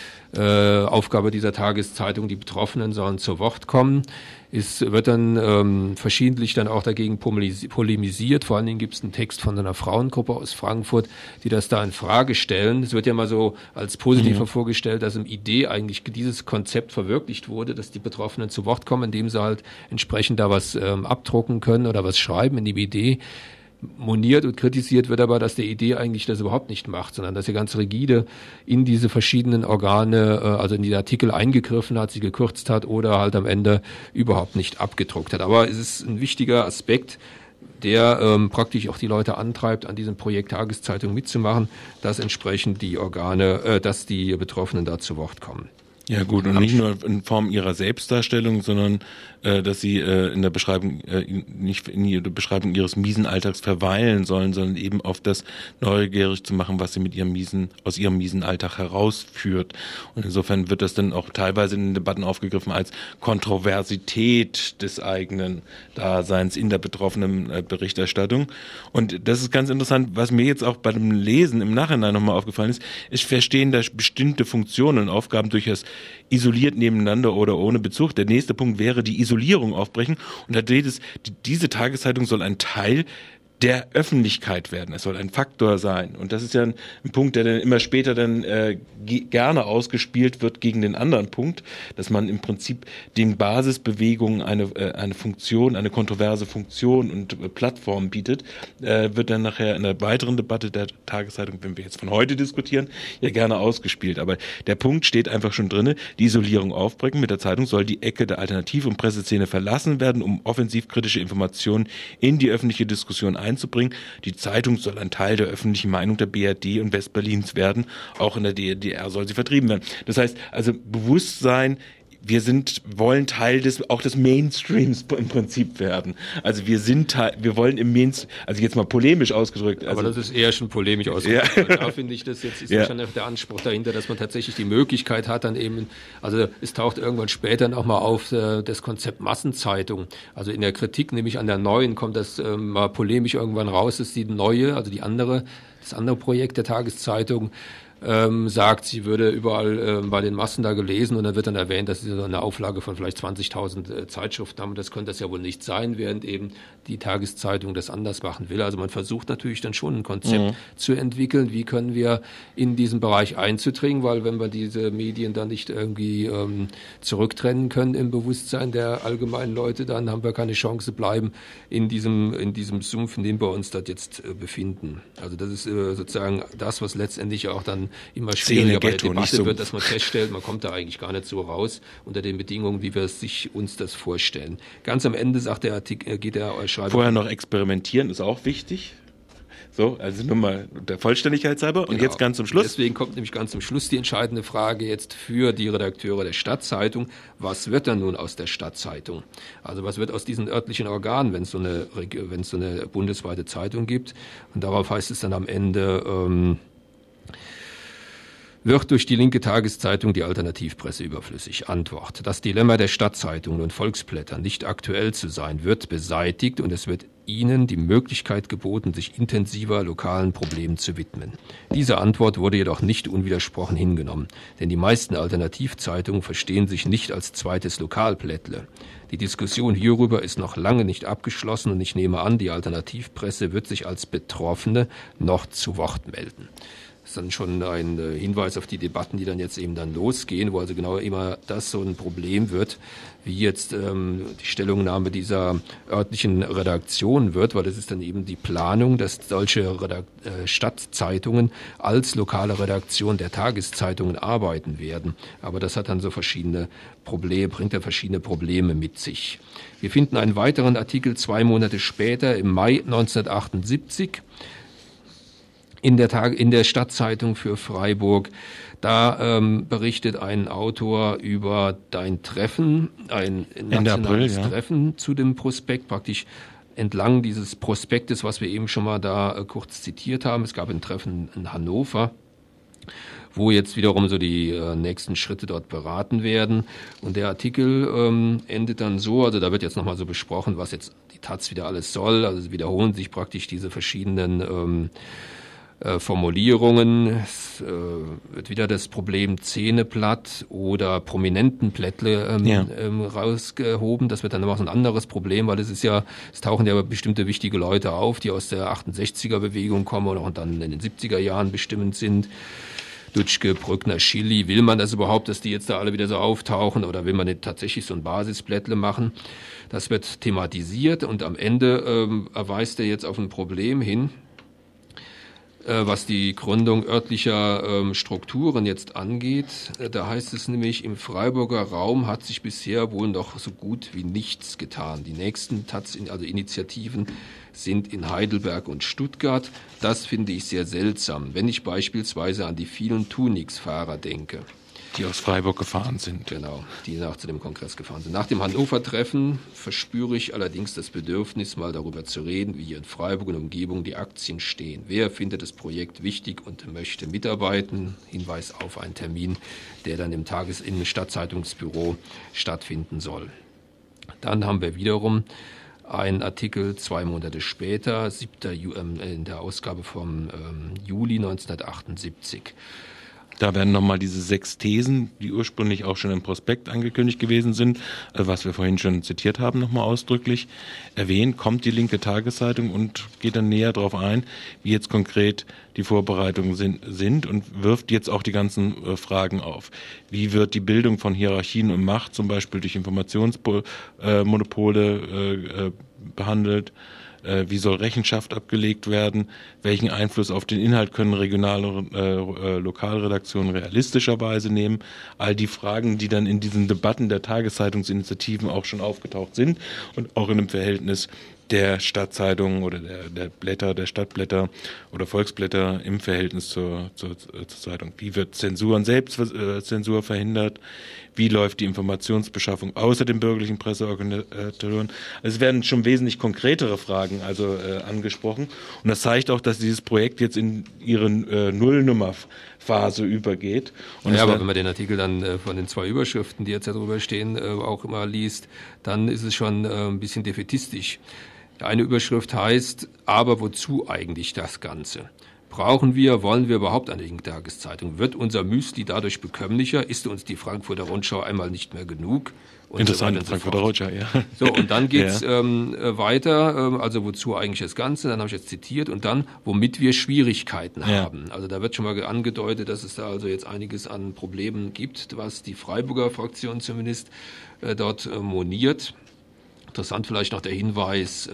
Aufgabe dieser Tageszeitung, die Betroffenen sollen zu Wort kommen. Es wird dann verschiedentlich dann auch dagegen polemisiert. Vor allen Dingen gibt es einen Text von einer Frauengruppe aus Frankfurt, die das da in Frage stellen. Es wird ja mal so als positiv hervorgestellt, dass im Idee eigentlich dieses Konzept verwirklicht wurde, dass die Betroffenen zu Wort kommen, indem sie halt entsprechend da was abdrucken können oder was schreiben in die Idee. Moniert und kritisiert wird aber, dass der Idee eigentlich das überhaupt nicht macht, sondern dass er ganz rigide in diese verschiedenen Organe, also in die Artikel eingegriffen hat, sie gekürzt hat oder halt am Ende überhaupt nicht abgedruckt hat. Aber es ist ein wichtiger Aspekt, der praktisch auch die Leute antreibt, an diesem Projekt Tageszeitung mitzumachen, dass entsprechend die Organe, dass die Betroffenen da zu Wort kommen. Ja gut, und nicht nur in Form ihrer Selbstdarstellung, sondern dass sie in der Beschreibung nicht in der Beschreibung ihres miesen Alltags verweilen sollen, sondern eben auf das neugierig zu machen, was sie mit aus ihrem miesen Alltag herausführt. Und insofern wird das dann auch teilweise in den Debatten aufgegriffen als Kontroversität des eigenen Daseins in der betroffenen Berichterstattung. Und das ist ganz interessant, was mir jetzt auch bei dem Lesen im Nachhinein nochmal aufgefallen ist, verstehen da bestimmte Funktionen und Aufgaben durchaus isoliert nebeneinander oder ohne Bezug. Der nächste Punkt wäre die Isolierung aufbrechen. Und da dreht es, diese Tageszeitung soll ein Teil der Öffentlichkeit werden. Es soll ein Faktor sein. Und das ist ja ein Punkt, der dann immer später dann gerne ausgespielt wird gegen den anderen Punkt, dass man im Prinzip den Basisbewegungen eine Funktion, eine kontroverse Funktion und Plattform bietet, wird dann nachher in der weiteren Debatte der Tageszeitung, wenn wir jetzt von heute diskutieren, ja gerne ausgespielt. Aber der Punkt steht einfach schon drinne, die Isolierung aufbrechen. Mit der Zeitung soll die Ecke der Alternativ- und Presseszene verlassen werden, um offensiv kritische Informationen in die öffentliche Diskussion einzubringen. Die Zeitung soll ein Teil der öffentlichen Meinung der BRD und Westberlins werden. Auch in der DDR soll sie vertrieben werden. Das heißt, also Bewusstsein, wir wollen Teil des Mainstreams im Prinzip werden. Also wir wollen im Mainstream, also jetzt mal polemisch ausgedrückt. Aber das ist eher schon polemisch ausgedrückt. Ja. Da finde ich, das jetzt ist ja schon der Anspruch dahinter, dass man tatsächlich die Möglichkeit hat, dann eben, also es taucht irgendwann später nochmal auf, das Konzept Massenzeitung. Also in der Kritik, nämlich an der neuen, kommt das mal polemisch irgendwann raus, dass die neue, also das andere Projekt der Tageszeitung, sagt, sie würde überall bei den Massen da gelesen und dann wird dann erwähnt, dass sie so eine Auflage von vielleicht 20.000 Zeitschriften haben. Das könnte das ja wohl nicht sein, während eben die Tageszeitung das anders machen will. Also man versucht natürlich dann schon ein Konzept zu entwickeln, wie können wir in diesen Bereich einzudringen, weil wenn wir diese Medien dann nicht irgendwie zurücktrennen können im Bewusstsein der allgemeinen Leute, dann haben wir keine Chance, bleiben in diesem Sumpf, in dem wir uns dort jetzt befinden. Also das ist sozusagen das, was letztendlich auch dann immer schwieriger bei der Debatte wird, dass man feststellt, man kommt da eigentlich gar nicht so raus unter den Bedingungen, wie wir uns das vorstellen. Ganz am Ende sagt der Artikel, geht der Schreiber... Vorher noch experimentieren ist auch wichtig. So, also nur mal der Vollständigkeit halber. Und genau. Jetzt ganz zum Schluss. Deswegen kommt nämlich ganz zum Schluss die entscheidende Frage jetzt für die Redakteure der Stadtzeitung. Was wird dann nun aus der Stadtzeitung? Also was wird aus diesen örtlichen Organen, wenn es so eine bundesweite Zeitung gibt? Und darauf heißt es dann am Ende... wird durch die linke Tageszeitung die Alternativpresse überflüssig? Antwort. Das Dilemma der Stadtzeitungen und Volksblätter, nicht aktuell zu sein, wird beseitigt und es wird ihnen die Möglichkeit geboten, sich intensiver lokalen Problemen zu widmen. Diese Antwort wurde jedoch nicht unwidersprochen hingenommen, denn die meisten Alternativzeitungen verstehen sich nicht als zweites Lokalblättle. Die Diskussion hierüber ist noch lange nicht abgeschlossen und ich nehme an, die Alternativpresse wird sich als Betroffene noch zu Wort melden. Das ist dann schon ein Hinweis auf die Debatten, die dann jetzt eben dann losgehen, wo also genau immer das so ein Problem wird, wie jetzt die Stellungnahme dieser örtlichen Redaktion wird, weil das ist dann eben die Planung, dass solche Stadtzeitungen als lokale Redaktion der Tageszeitungen arbeiten werden. Aber das hat dann so bringt dann verschiedene Probleme mit sich. Wir finden einen weiteren Artikel 2 Monate später, im Mai 1978, in der Stadtzeitung für Freiburg. Da berichtet ein Autor über ein Treffen, ein nationales Treffen zu dem Prospekt, praktisch entlang dieses Prospektes, was wir eben schon mal da kurz zitiert haben. Es gab ein Treffen in Hannover, wo jetzt wiederum so die nächsten Schritte dort beraten werden. Und der Artikel endet dann so, also da wird jetzt nochmal so besprochen, was jetzt die Taz wieder alles soll. Also es wiederholen sich praktisch diese verschiedenen Formulierungen. Es wird wieder das Problem Zähneblatt oder Prominentenblättle rausgehoben. Das wird dann immer so ein anderes Problem, weil es tauchen ja bestimmte wichtige Leute auf, die aus der 68er-Bewegung kommen und auch dann in den 70er Jahren bestimmend sind. Dutschke, Brückner, Schilly. Will man das überhaupt, dass die jetzt da alle wieder so auftauchen oder will man nicht tatsächlich so ein Basisblättle machen? Das wird thematisiert und am Ende erweist er jetzt auf ein Problem hin, was die Gründung örtlicher Strukturen jetzt angeht. Da heißt es nämlich, im Freiburger Raum hat sich bisher wohl noch so gut wie nichts getan. Die nächsten Initiativen sind in Heidelberg und Stuttgart. Das finde ich sehr seltsam, wenn ich beispielsweise an die vielen Tunix-Fahrer denke. Die aus Freiburg gefahren sind. Genau, die zu dem Kongress gefahren sind. Nach dem Hannover-Treffen verspüre ich allerdings das Bedürfnis, mal darüber zu reden, wie hier in Freiburg und Umgebung die Aktien stehen. Wer findet das Projekt wichtig und möchte mitarbeiten? Hinweis auf einen Termin, der dann im Stadtzeitungsbüro stattfinden soll. Dann haben wir wiederum einen Artikel 2 Monate später, in der Ausgabe vom Juli 1978. Da werden nochmal diese 6 Thesen, die ursprünglich auch schon im Prospekt angekündigt gewesen sind, was wir vorhin schon zitiert haben, nochmal ausdrücklich erwähnt. Kommt die linke Tageszeitung und geht dann näher darauf ein, wie jetzt konkret die Vorbereitungen sind und wirft jetzt auch die ganzen Fragen auf. Wie wird die Bildung von Hierarchien und Macht, zum Beispiel durch Informationsmonopole, behandelt? Wie soll Rechenschaft abgelegt werden? Welchen Einfluss auf den Inhalt können regionale Lokalredaktionen realistischerweise nehmen? All die Fragen, die dann in diesen Debatten der Tageszeitungsinitiativen auch schon aufgetaucht sind und auch in dem Verhältnis der Stadtzeitungen oder der Blätter, der Stadtblätter oder Volksblätter im Verhältnis zur Zeitung. Wie wird Zensur und Selbstzensur verhindert? Wie läuft die Informationsbeschaffung außer den bürgerlichen Presseorganisationen? Also es werden schon wesentlich konkretere Fragen angesprochen. Und das zeigt auch, dass dieses Projekt jetzt in ihre Nullnummerphase übergeht. Und ja, aber wenn man den Artikel dann von den 2 Überschriften, die jetzt da drüber stehen, auch immer liest, dann ist es schon ein bisschen defätistisch. Eine Überschrift heißt, aber wozu eigentlich das Ganze? wollen wir überhaupt eine linke Tageszeitung? Wird unser Müsli dadurch bekömmlicher? Ist uns die Frankfurter Rundschau einmal nicht mehr genug? Interessant, so Frankfurter Rundschau, ja. So, und dann geht's weiter, also wozu eigentlich das Ganze? Dann habe ich jetzt zitiert und dann, womit wir Schwierigkeiten haben. Also da wird schon mal angedeutet, dass es da also jetzt einiges an Problemen gibt, was die Freiburger Fraktion zumindest dort moniert. Interessant vielleicht noch der Hinweis,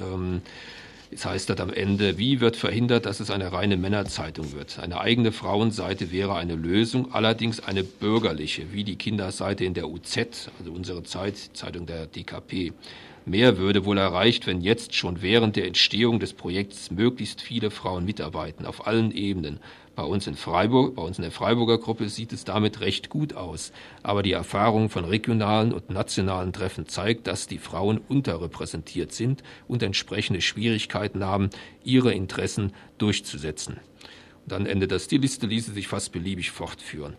es heißt dort am Ende, wie wird verhindert, dass es eine reine Männerzeitung wird? Eine eigene Frauenseite wäre eine Lösung, allerdings eine bürgerliche, wie die Kinderseite in der UZ, also unsere Zeitung der DKP. Mehr würde wohl erreicht, wenn jetzt schon während der Entstehung des Projekts möglichst viele Frauen mitarbeiten, auf allen Ebenen. Bei uns in der Freiburger Gruppe sieht es damit recht gut aus. Aber die Erfahrung von regionalen und nationalen Treffen zeigt, dass die Frauen unterrepräsentiert sind und entsprechende Schwierigkeiten haben, ihre Interessen durchzusetzen. Und dann endet das. Die Liste ließe sich fast beliebig fortführen.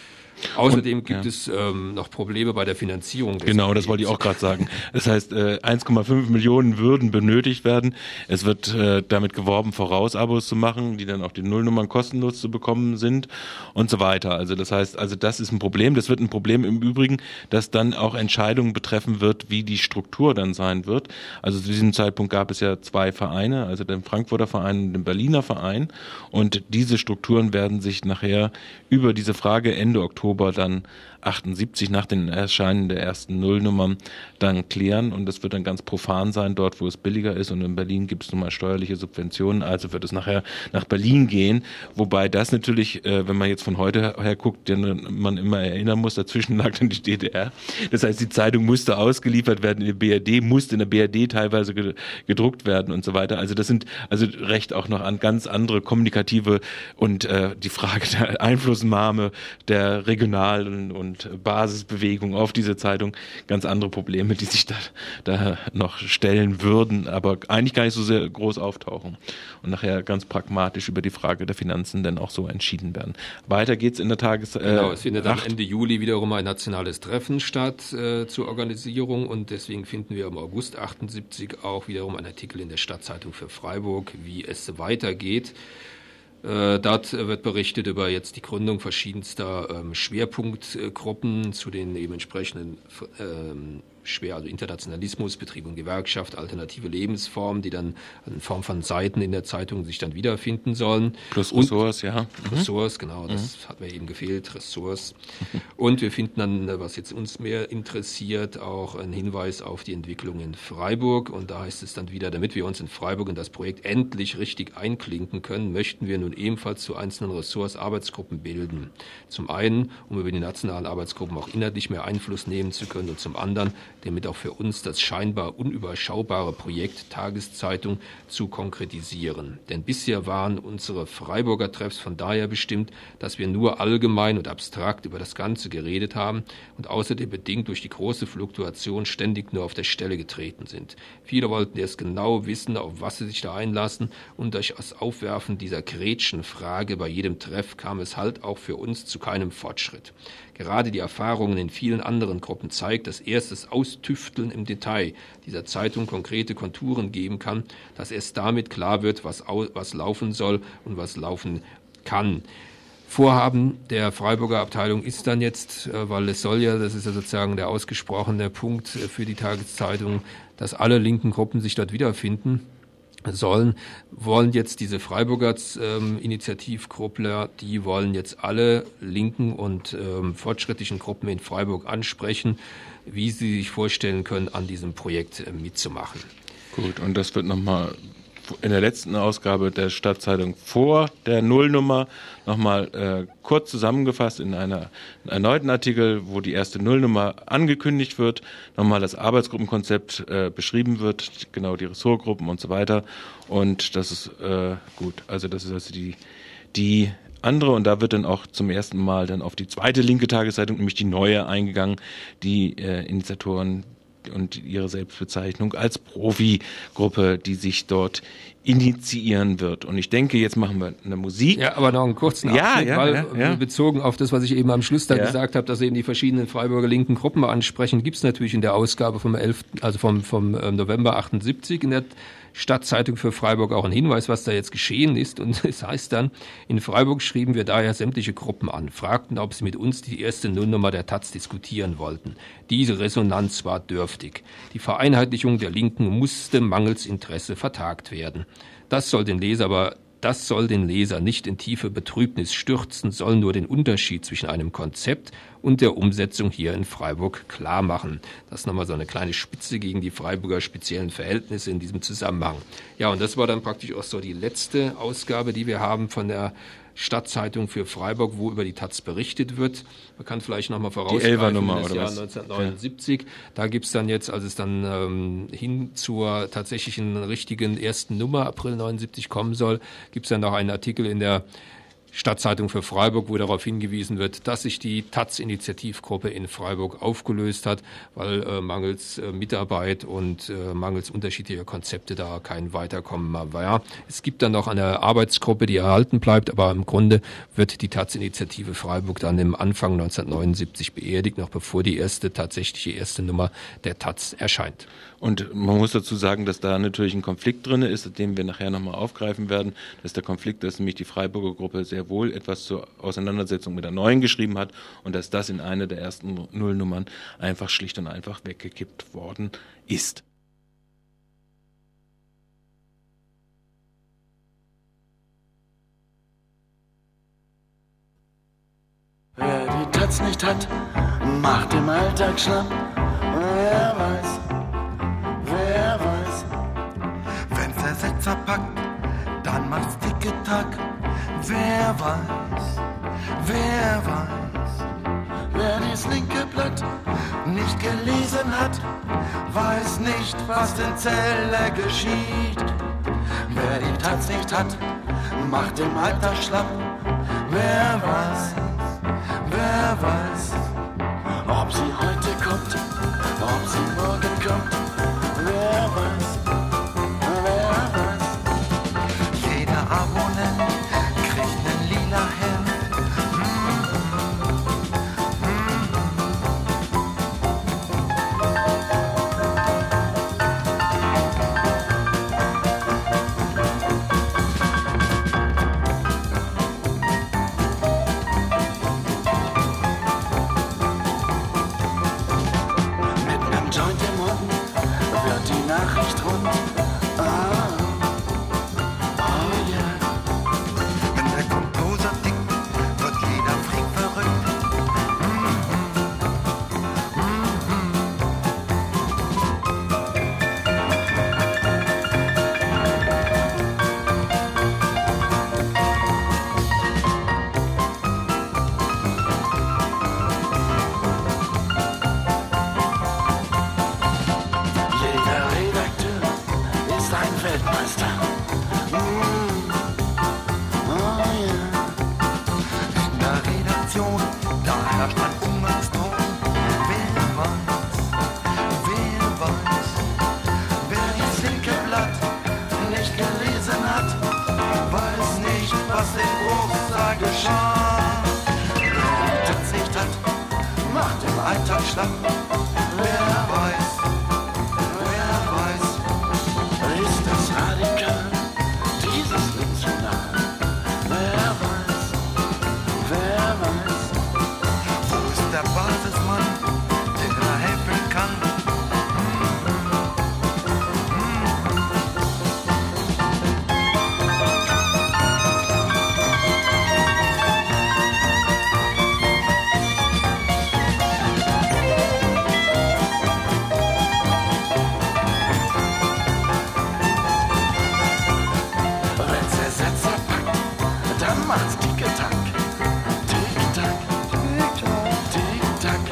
Außerdem gibt es noch Probleme bei der Finanzierung. Genau, das wollte ich auch gerade sagen. Das heißt, 1,5 Millionen würden benötigt werden. Es wird damit geworben, Vorausabos zu machen, die dann auch die Nullnummern kostenlos zu bekommen sind und so weiter. Also das heißt, das ist ein Problem. Das wird ein Problem im Übrigen, das dann auch Entscheidungen betreffen wird, wie die Struktur dann sein wird. Also zu diesem Zeitpunkt gab es ja 2 Vereine, also den Frankfurter Verein und den Berliner Verein. Und diese Strukturen werden sich nachher über diese Frage Ende Oktober dann 78 nach den Erscheinen der ersten Nullnummern dann klären und das wird dann ganz profan sein, dort wo es billiger ist und in Berlin gibt es nun mal steuerliche Subventionen, also wird es nachher nach Berlin gehen, wobei das natürlich, wenn man jetzt von heute her guckt, man immer erinnern muss, dazwischen lag dann die DDR, das heißt die Zeitung musste ausgeliefert werden, in der BRD musste in der BRD teilweise gedruckt werden und so weiter, also das sind also recht auch noch an ganz andere kommunikative und die Frage der Einflussnahme der Regional- und Basisbewegung auf diese Zeitung, ganz andere Probleme, die sich da noch stellen würden, aber eigentlich gar nicht so sehr groß auftauchen und nachher ganz pragmatisch über die Frage der Finanzen dann auch so entschieden werden. Weiter geht's in der Genau, es findet am Ende Juli wiederum ein nationales Treffen statt zur Organisierung und deswegen finden wir im August 78 auch wiederum einen Artikel in der Stadtzeitung für Freiburg, wie es weitergeht. Dort wird berichtet über jetzt die Gründung verschiedenster Schwerpunktgruppen zu den eben entsprechenden also Internationalismus, Betrieb und Gewerkschaft, alternative Lebensformen, die dann in Form von Seiten in der Zeitung sich dann wiederfinden sollen. Plus Ressorts, ja. Ressorts, genau, das hat mir eben gefehlt, Ressorts. Und wir finden dann, was jetzt uns mehr interessiert, auch einen Hinweis auf die Entwicklung in Freiburg. Und da heißt es dann wieder, damit wir uns in Freiburg in das Projekt endlich richtig einklinken können, möchten wir nun ebenfalls zu einzelnen Ressorts Arbeitsgruppen bilden. Zum einen, um über die nationalen Arbeitsgruppen auch inhaltlich mehr Einfluss nehmen zu können und zum anderen, damit auch für uns das scheinbar unüberschaubare Projekt Tageszeitung zu konkretisieren. Denn bisher waren unsere Freiburger Treffs von daher bestimmt, dass wir nur allgemein und abstrakt über das Ganze geredet haben und außerdem bedingt durch die große Fluktuation ständig nur auf der Stelle getreten sind. Viele wollten erst genau wissen, auf was sie sich da einlassen und durch das Aufwerfen dieser Gretchenfrage bei jedem Treff kam es halt auch für uns zu keinem Fortschritt. Gerade die Erfahrungen in vielen anderen Gruppen zeigt, dass erst das Austüfteln im Detail dieser Zeitung konkrete Konturen geben kann, dass erst damit klar wird, was laufen soll und was laufen kann. Vorhaben der Freiburger Abteilung ist dann jetzt, weil es soll ja, das ist ja sozusagen der ausgesprochene Punkt für die Tageszeitung, dass alle linken Gruppen sich dort wiederfinden wollen jetzt diese Freiburger Initiativgruppler, die wollen jetzt alle linken und fortschrittlichen Gruppen in Freiburg ansprechen, wie sie sich vorstellen können, an diesem Projekt mitzumachen. Gut, und das wird nochmal in der letzten Ausgabe der Stadtzeitung vor der Nullnummer nochmal kurz zusammengefasst in einem erneuten Artikel, wo die erste Nullnummer angekündigt wird, nochmal das Arbeitsgruppenkonzept beschrieben wird, genau die Ressortgruppen und so weiter. Und das ist gut. Also das ist also die andere, und da wird dann auch zum ersten Mal dann auf die zweite linke Tageszeitung, nämlich die neue, eingegangen, die Initiatoren und ihre Selbstbezeichnung als Profigruppe, die sich dort initiieren wird. Und ich denke, jetzt machen wir eine Musik. Ja, aber noch einen kurzen Abschnitt, bezogen auf das, was ich eben am Schluss da gesagt habe, dass eben die verschiedenen Freiburger linken Gruppen ansprechen, gibt es natürlich in der Ausgabe vom vom November 78 in der Stadtzeitung für Freiburg auch einen Hinweis, was da jetzt geschehen ist. Und es heißt dann, in Freiburg schrieben wir daher sämtliche Gruppen an, fragten, ob sie mit uns die erste Nullnummer der taz diskutieren wollten. Diese Resonanz war dürftig. Die Vereinheitlichung der Linken musste mangels Interesse vertagt werden. Das soll den Leser nicht in tiefe Betrübnis stürzen, soll nur den Unterschied zwischen einem Konzept und der Umsetzung hier in Freiburg klar machen. Das ist nochmal so eine kleine Spitze gegen die Freiburger speziellen Verhältnisse in diesem Zusammenhang. Ja, und das war dann praktisch auch so die letzte Ausgabe, die wir haben von der Stadtzeitung für Freiburg, wo über die taz berichtet wird. Man kann vielleicht nochmal vorausgreifen, das Jahr 1979. Ja. Da gibt's dann jetzt, als es dann hin zur tatsächlichen richtigen ersten Nummer, April 79, kommen soll, gibt's dann noch einen Artikel in der Stadtzeitung für Freiburg, wo darauf hingewiesen wird, dass sich die taz-Initiativgruppe in Freiburg aufgelöst hat, weil mangels Mitarbeit und mangels unterschiedlicher Konzepte da kein Weiterkommen mehr war. Es gibt dann noch eine Arbeitsgruppe, die erhalten bleibt, aber im Grunde wird die taz-Initiative Freiburg dann im Anfang 1979 beerdigt, noch bevor die tatsächliche erste Nummer der taz erscheint. Und man muss dazu sagen, dass da natürlich ein Konflikt drin ist, den wir nachher nochmal aufgreifen werden. Dass der Konflikt ist, nämlich die Freiburger Gruppe sehr wohl etwas zur Auseinandersetzung mit der neuen geschrieben hat und dass das in einer der ersten Nullnummern einfach schlicht und einfach weggekippt worden ist. Wer die taz nicht hat, macht im Alltag schlapp. Wer weiß. Wenn's der Setzer packt, dann macht's Tick-Tack. Wer weiß. Wer dies linke Blatt nicht gelesen hat, weiß nicht, was in Celle geschieht. Wer die taz nicht hat, macht im Alltag schlapp. Wer weiß, ob sie heute kommt, ob sie morgen kommt. Wer weiß. Jeder Abonnent kriegt nen lila Hemd. Mit nem Joint im Mund wird die Nachricht rund. Wenn der Composer tickt, wird jeder Freak verrückt. Jeder Redakteur ist ein Weltmeister. In der Redaktion, da herrscht ein Umgangston. Wer weiß, wer das linke Blatt nicht gelesen hat, weiß nicht, was in Bruchsal geschah. Wer die taz nicht hat, macht im Alltag schlapp. Wer weiß, Ist das radikal, dieses Lied zu nah? Wer weiß, wo ist der Basismann, der da helfen kann? wenn's der Setzer packt, dann macht's Tick-Tack. Tick-Tack, Tick-Tack,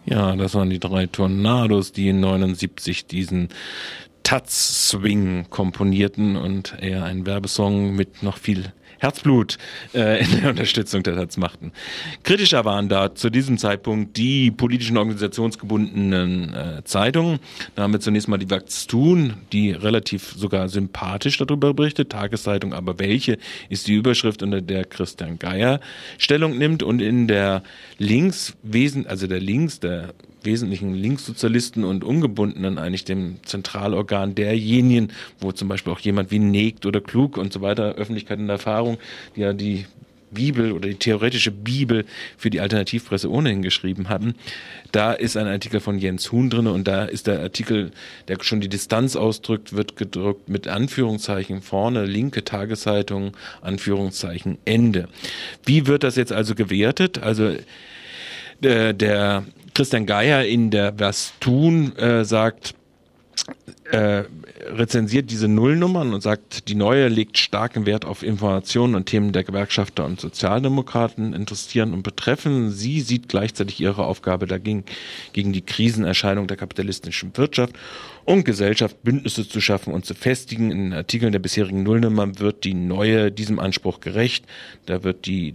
Ja, das waren die 3 Tornados, die in 79 diesen Taz-Swing komponierten und eher einen Werbesong mit noch viel Herzblut in der Unterstützung der Taz machten. Kritischer waren da zu diesem Zeitpunkt die politischen organisationsgebundenen Zeitungen. Da haben wir zunächst mal die Wachstun, die relativ sogar sympathisch darüber berichtet, Tageszeitung, aber welche ist die Überschrift, unter der Christian Geier Stellung nimmt, und in der der wesentlichen Linkssozialisten und Ungebundenen, eigentlich dem Zentralorgan derjenigen, wo zum Beispiel auch jemand wie Negt oder Klug und so weiter, Öffentlichkeit und Erfahrung, die ja die Bibel oder die theoretische Bibel für die Alternativpresse ohnehin geschrieben haben. Da ist ein Artikel von Jens Huhn drin, und da ist der Artikel, der schon die Distanz ausdrückt, wird gedruckt mit Anführungszeichen vorne, linke Tageszeitung, Anführungszeichen, Ende. Wie wird das jetzt also gewertet? Also der Christian Geier in der Was tun rezensiert diese Nullnummern und sagt, die neue legt starken Wert auf Informationen und Themen der Gewerkschafter und Sozialdemokraten interessieren und betreffen. Sie sieht gleichzeitig ihre Aufgabe dagegen, gegen die Krisenerscheinung der kapitalistischen Wirtschaft und Gesellschaft Bündnisse zu schaffen und zu festigen. In Artikeln der bisherigen Nullnummern wird die neue diesem Anspruch gerecht. Da wird die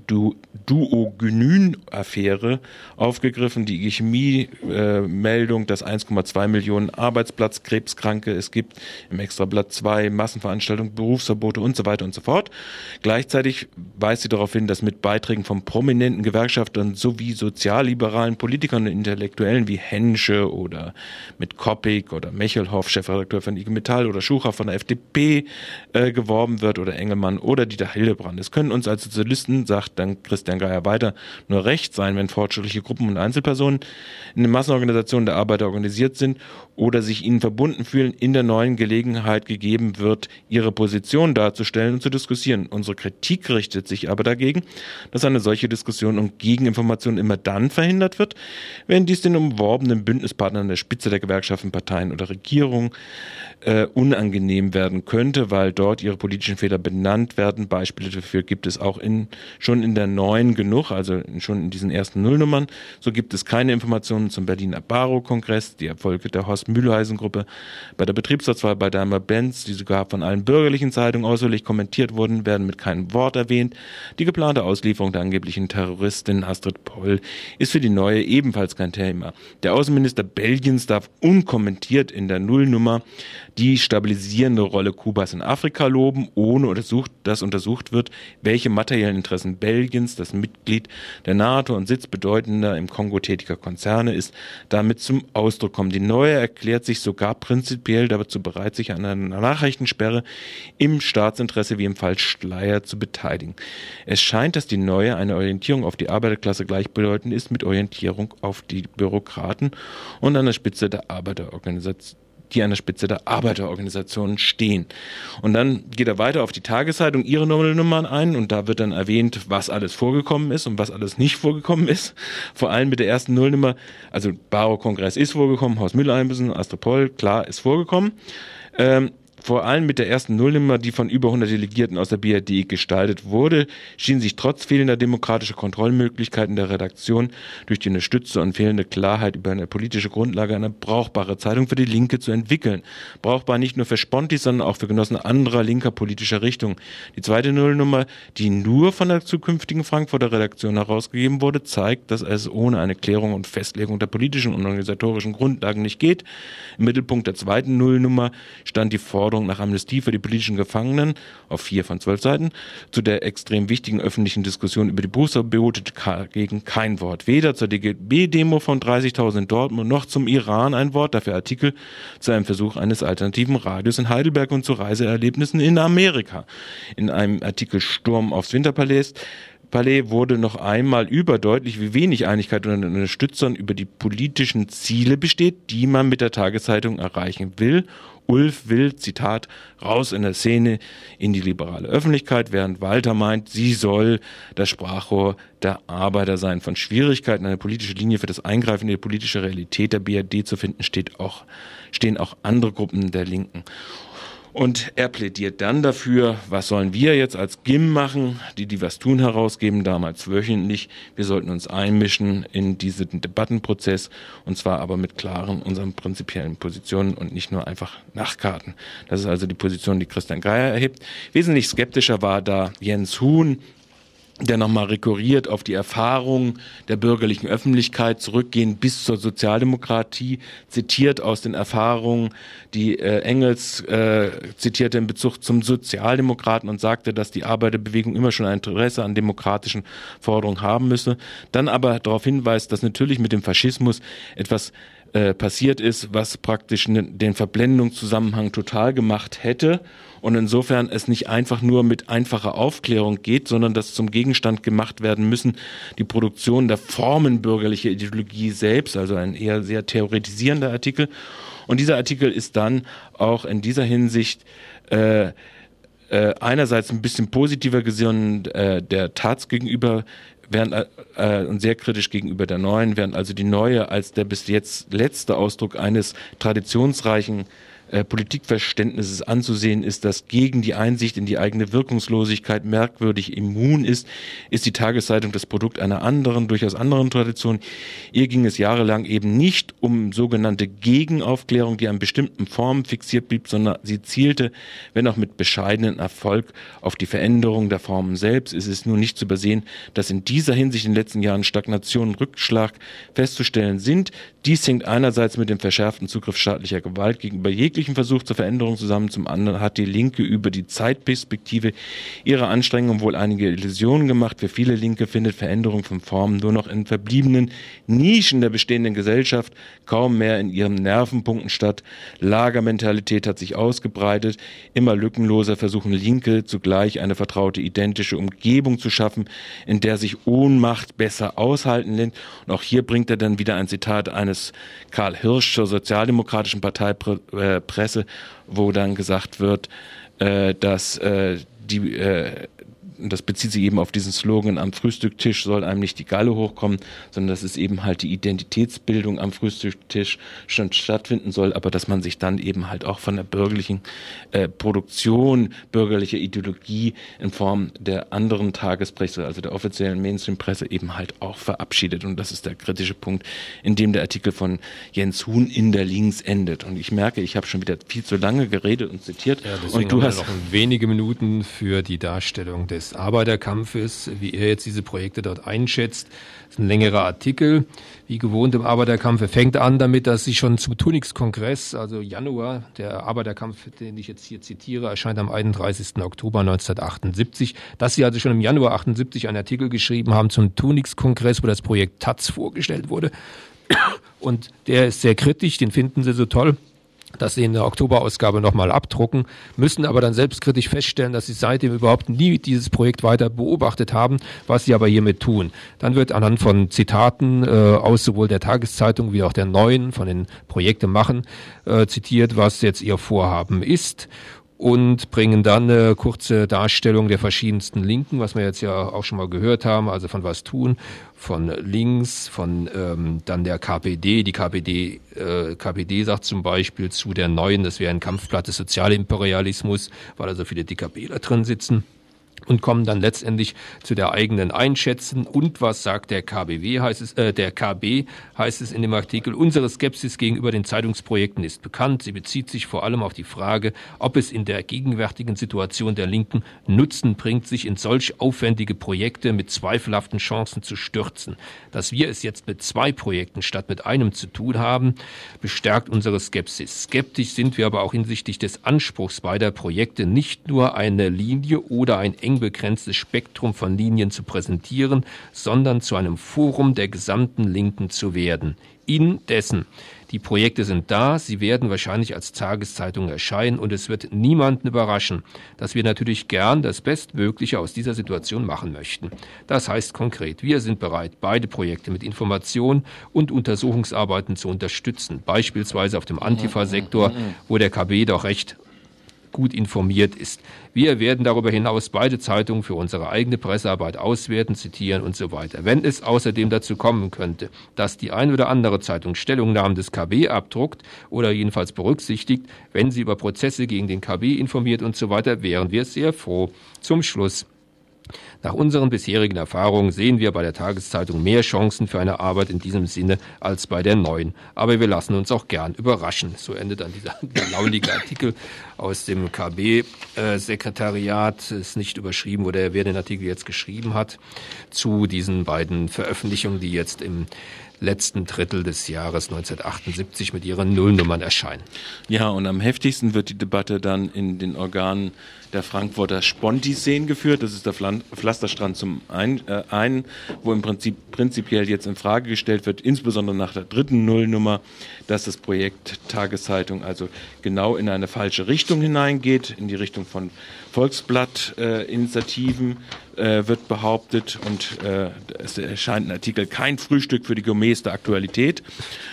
Duogynin-Affäre aufgegriffen, die Chemie-Meldung, dass 1,2 Millionen Arbeitsplatzkrebskranke es gibt, im Extrablatt 2 Massenveranstaltungen, Berufsverbote und so weiter und so fort. Gleichzeitig weist sie darauf hin, dass mit Beiträgen von prominenten Gewerkschaftern sowie sozialliberalen Politikern und Intellektuellen wie Hensche oder mit Koppig oder Mechelhoff, Chefredakteur von IG Metall, oder Schucher von der FDP geworben wird, oder Engelmann oder Dieter Hildebrand. Es können uns als Sozialisten, sagt dann Christian Geier weiter, nur recht sein, wenn fortschrittliche Gruppen und Einzelpersonen in den Massenorganisationen der Arbeiter organisiert sind oder sich ihnen verbunden fühlen, in der neuen Gelegenheit gegeben wird, ihre Position darzustellen und zu diskutieren. Unsere Kritik richtet sich aber dagegen, dass eine solche Diskussion und Gegeninformation immer dann verhindert wird, wenn dies den umworbenen Bündnispartnern an der Spitze der Gewerkschaften, Parteien oder Regierung unangenehm werden könnte, weil dort ihre politischen Fehler benannt werden. Beispiele dafür gibt es auch schon in der neuen genug, also schon in diesen ersten Nullnummern. So gibt es keine Informationen zum Berliner Baro-Kongress, die Erfolge der Horst-Mühlheisen-Gruppe bei der Betriebsratswahl bei Daimler-Benz, die sogar von allen bürgerlichen Zeitungen ausführlich kommentiert wurden, werden mit keinem Wort erwähnt. Die geplante Auslieferung der angeblichen Terroristin Astrid Poll ist für die neue ebenfalls kein Thema. Der Außenminister Belgiens darf unkommentiert in der Nullnummer die stabilisierende Rolle Kubas in Afrika loben, ohne dass untersucht wird, welche materiellen Interessen Belgiens, das Mitglied der NATO und Sitz bedeutender im Kongo tätiger Konzerne ist, damit zum Ausdruck kommen. Die neue erklärt sich sogar prinzipiell dazu bereit, sich an einer Nachrichtensperre im Staatsinteresse wie im Fall Schleyer zu beteiligen. Es scheint, dass die neue eine Orientierung auf die Arbeiterklasse gleichbedeutend ist mit Orientierung auf die Bürokraten und an der Spitze der Arbeiterorganisationen stehen. Und dann geht er weiter auf die Tageszeitung, ihre Nummern ein, und da wird dann erwähnt, was alles vorgekommen ist und was alles nicht vorgekommen ist. Vor allem mit der ersten Nullnummer, also Baro-Kongress ist vorgekommen, Horst Mühlheisen, Astrid Poll, klar, ist vorgekommen. Vor allem mit der ersten Nullnummer, die von über 100 Delegierten aus der BRD gestaltet wurde, schien sich trotz fehlender demokratischer Kontrollmöglichkeiten der Redaktion durch die unterstützte und fehlende Klarheit über eine politische Grundlage eine brauchbare Zeitung für die Linke zu entwickeln. Brauchbar nicht nur für Spontis, sondern auch für Genossen anderer linker politischer Richtung. Die zweite Nullnummer, die nur von der zukünftigen Frankfurter Redaktion herausgegeben wurde, zeigt, dass es ohne eine Klärung und Festlegung der politischen und organisatorischen Grundlagen nicht geht. Im Mittelpunkt der zweiten Nullnummer stand die Forderung nach Amnestie für die politischen Gefangenen auf 4 von 12 Seiten. Zu der extrem wichtigen öffentlichen Diskussion über die Berufsverbote dagegen kein Wort. Weder zur DGB-Demo von 30.000 in Dortmund noch zum Iran ein Wort. Dafür Artikel zu einem Versuch eines alternativen Radios in Heidelberg und zu Reiseerlebnissen in Amerika. In einem Artikel Sturm aufs Winterpalais wurde noch einmal überdeutlich, wie wenig Einigkeit unter den Unterstützern über die politischen Ziele besteht, die man mit der Tageszeitung erreichen will. Ulf will, Zitat, raus in der Szene in die liberale Öffentlichkeit, während Walter meint, sie soll das Sprachrohr der Arbeiter sein. Von Schwierigkeiten, eine politische Linie für das Eingreifen in die politische Realität der BRD zu finden, stehen auch andere Gruppen der Linken. Und er plädiert dann dafür, was sollen wir jetzt als GIM machen, die was tun herausgeben, damals wöchentlich. Wir sollten uns einmischen in diesen Debattenprozess und zwar aber mit klaren unseren prinzipiellen Positionen und nicht nur einfach Nachkarten. Das ist also die Position, die Christian Geier erhebt. Wesentlich skeptischer war da Jens Huhn, der nochmal rekurriert auf die Erfahrung der bürgerlichen Öffentlichkeit, zurückgehen bis zur Sozialdemokratie, zitiert aus den Erfahrungen, die Engels zitierte in Bezug zum Sozialdemokraten und sagte, dass die Arbeiterbewegung immer schon ein Interesse an demokratischen Forderungen haben müsse, dann aber darauf hinweist, dass natürlich mit dem Faschismus etwas passiert ist, was praktisch den Verblendungszusammenhang total gemacht hätte und insofern es nicht einfach nur mit einfacher Aufklärung geht, sondern dass zum Gegenstand gemacht werden müssen die Produktion der Formen bürgerlicher Ideologie selbst, also ein eher sehr theoretisierender Artikel. Und dieser Artikel ist dann auch in dieser Hinsicht einerseits ein bisschen positiver gesehen der Taz gegenüber, und sehr kritisch gegenüber der Neuen, während also die Neue als der bis jetzt letzte Ausdruck eines traditionsreichen Politikverständnisses anzusehen ist, das gegen die Einsicht in die eigene Wirkungslosigkeit merkwürdig immun ist die Tageszeitung das Produkt einer durchaus anderen Tradition. Ihr ging es jahrelang eben nicht um sogenannte Gegenaufklärung, die an bestimmten Formen fixiert blieb, sondern sie zielte, wenn auch mit bescheidenen Erfolg, auf die Veränderung der Formen selbst. Es ist nur nicht zu übersehen, dass in dieser Hinsicht in den letzten Jahren Stagnation und Rückschlag festzustellen sind. Dies hängt einerseits mit dem verschärften Zugriff staatlicher Gewalt gegenüber jeglichen Versuch zur Veränderung zusammen. Zum anderen hat die Linke über die Zeitperspektive ihrer Anstrengungen wohl einige Illusionen gemacht. Für viele Linke findet Veränderung von Formen nur noch in verbliebenen Nischen der bestehenden Gesellschaft, kaum mehr in ihren Nervenpunkten statt. Lagermentalität hat sich ausgebreitet. Immer lückenloser versuchen Linke zugleich eine vertraute, identische Umgebung zu schaffen, in der sich Ohnmacht besser aushalten lässt. Und auch hier bringt er dann wieder ein Zitat eines Karl Hirsch zur Sozialdemokratischen Parteipresse, wo dann gesagt wird, dass das bezieht sich eben auf diesen Slogan, am Frühstückstisch soll einem nicht die Galle hochkommen, sondern dass es eben halt die Identitätsbildung am Frühstückstisch schon stattfinden soll, aber dass man sich dann eben halt auch von der bürgerlichen Produktion, bürgerlicher Ideologie in Form der anderen Tagespresse, also der offiziellen Mainstream-Presse eben halt auch verabschiedet. Und das ist der kritische Punkt, in dem der Artikel von Jens Huhn in der Links endet. Und ich merke, ich habe schon wieder viel zu lange geredet und zitiert. Ja, und du hast noch wenige Minuten für die Darstellung des Arbeiterkampfes, wie er jetzt diese Projekte dort einschätzt. Das ist ein längerer Artikel, wie gewohnt im Arbeiterkampf. Er fängt an damit, dass sie schon zum Tunix-Kongress, also Januar, der Arbeiterkampf, den ich jetzt hier zitiere, erscheint am 31. Oktober 1978, dass sie also schon im Januar 78 einen Artikel geschrieben haben zum Tunix-Kongress, wo das Projekt Taz vorgestellt wurde. Und der ist sehr kritisch, den finden sie so toll, dass sie in der Oktoberausgabe nochmal abdrucken, müssen aber dann selbstkritisch feststellen, dass sie seitdem überhaupt nie dieses Projekt weiter beobachtet haben, was sie aber hiermit tun. Dann wird anhand von Zitaten aus sowohl der Tageszeitung wie auch der Neuen, von den Projektemachern zitiert, was jetzt ihr Vorhaben ist. Und bringen dann eine kurze Darstellung der verschiedensten Linken, was wir jetzt ja auch schon mal gehört haben, also von was tun, von links, von dann der KPD. Die KPD sagt zum Beispiel zu der Neuen, das wäre ein Kampfblatt des Sozialimperialismus, weil da so viele DKPler drin sitzen. Und kommen dann letztendlich zu der eigenen Einschätzen. Und was sagt der KBW, der KB, heißt es in dem Artikel, unsere Skepsis gegenüber den Zeitungsprojekten ist bekannt. Sie bezieht sich vor allem auf die Frage, ob es in der gegenwärtigen Situation der Linken Nutzen bringt, sich in solch aufwendige Projekte mit zweifelhaften Chancen zu stürzen. Dass wir es jetzt mit 2 Projekten statt mit einem zu tun haben, bestärkt unsere Skepsis. Skeptisch sind wir aber auch hinsichtlich des Anspruchs beider Projekte, nicht nur eine Linie oder ein eng begrenztes Spektrum von Linien zu präsentieren, sondern zu einem Forum der gesamten Linken zu werden. Indessen, die Projekte sind da, sie werden wahrscheinlich als Tageszeitung erscheinen und es wird niemanden überraschen, dass wir natürlich gern das Bestmögliche aus dieser Situation machen möchten. Das heißt konkret, wir sind bereit, beide Projekte mit Information und Untersuchungsarbeiten zu unterstützen, beispielsweise auf dem Antifa-Sektor, wo der KB doch recht gut informiert ist. Wir werden darüber hinaus beide Zeitungen für unsere eigene Pressearbeit auswerten, zitieren und so weiter. Wenn es außerdem dazu kommen könnte, dass die ein oder andere Zeitung Stellungnahmen des KB abdruckt oder jedenfalls berücksichtigt, wenn sie über Prozesse gegen den KB informiert und so weiter, wären wir sehr froh. Zum Schluss. Nach unseren bisherigen Erfahrungen sehen wir bei der Tageszeitung mehr Chancen für eine Arbeit in diesem Sinne als bei der Neuen. Aber wir lassen uns auch gern überraschen. So endet dann dieser launige Artikel aus dem KB-Sekretariat. Ist nicht überschrieben, wer den Artikel jetzt geschrieben hat, zu diesen beiden Veröffentlichungen, die jetzt im letzten Drittel des Jahres 1978 mit ihren Nullnummern erscheinen. Ja, und am heftigsten wird die Debatte dann in den Organen der Frankfurter Sponti-Szenen geführt. Das ist der Pflasterstrand zum einen, wo im Prinzip prinzipiell jetzt in Frage gestellt wird, insbesondere nach der dritten Nullnummer, dass das Projekt Tageszeitung also genau in eine falsche Richtung hineingeht, in die Richtung von Volksblatt-Initiativen, wird behauptet, und es erscheint ein Artikel, kein Frühstück für die Gourmets der Aktualität.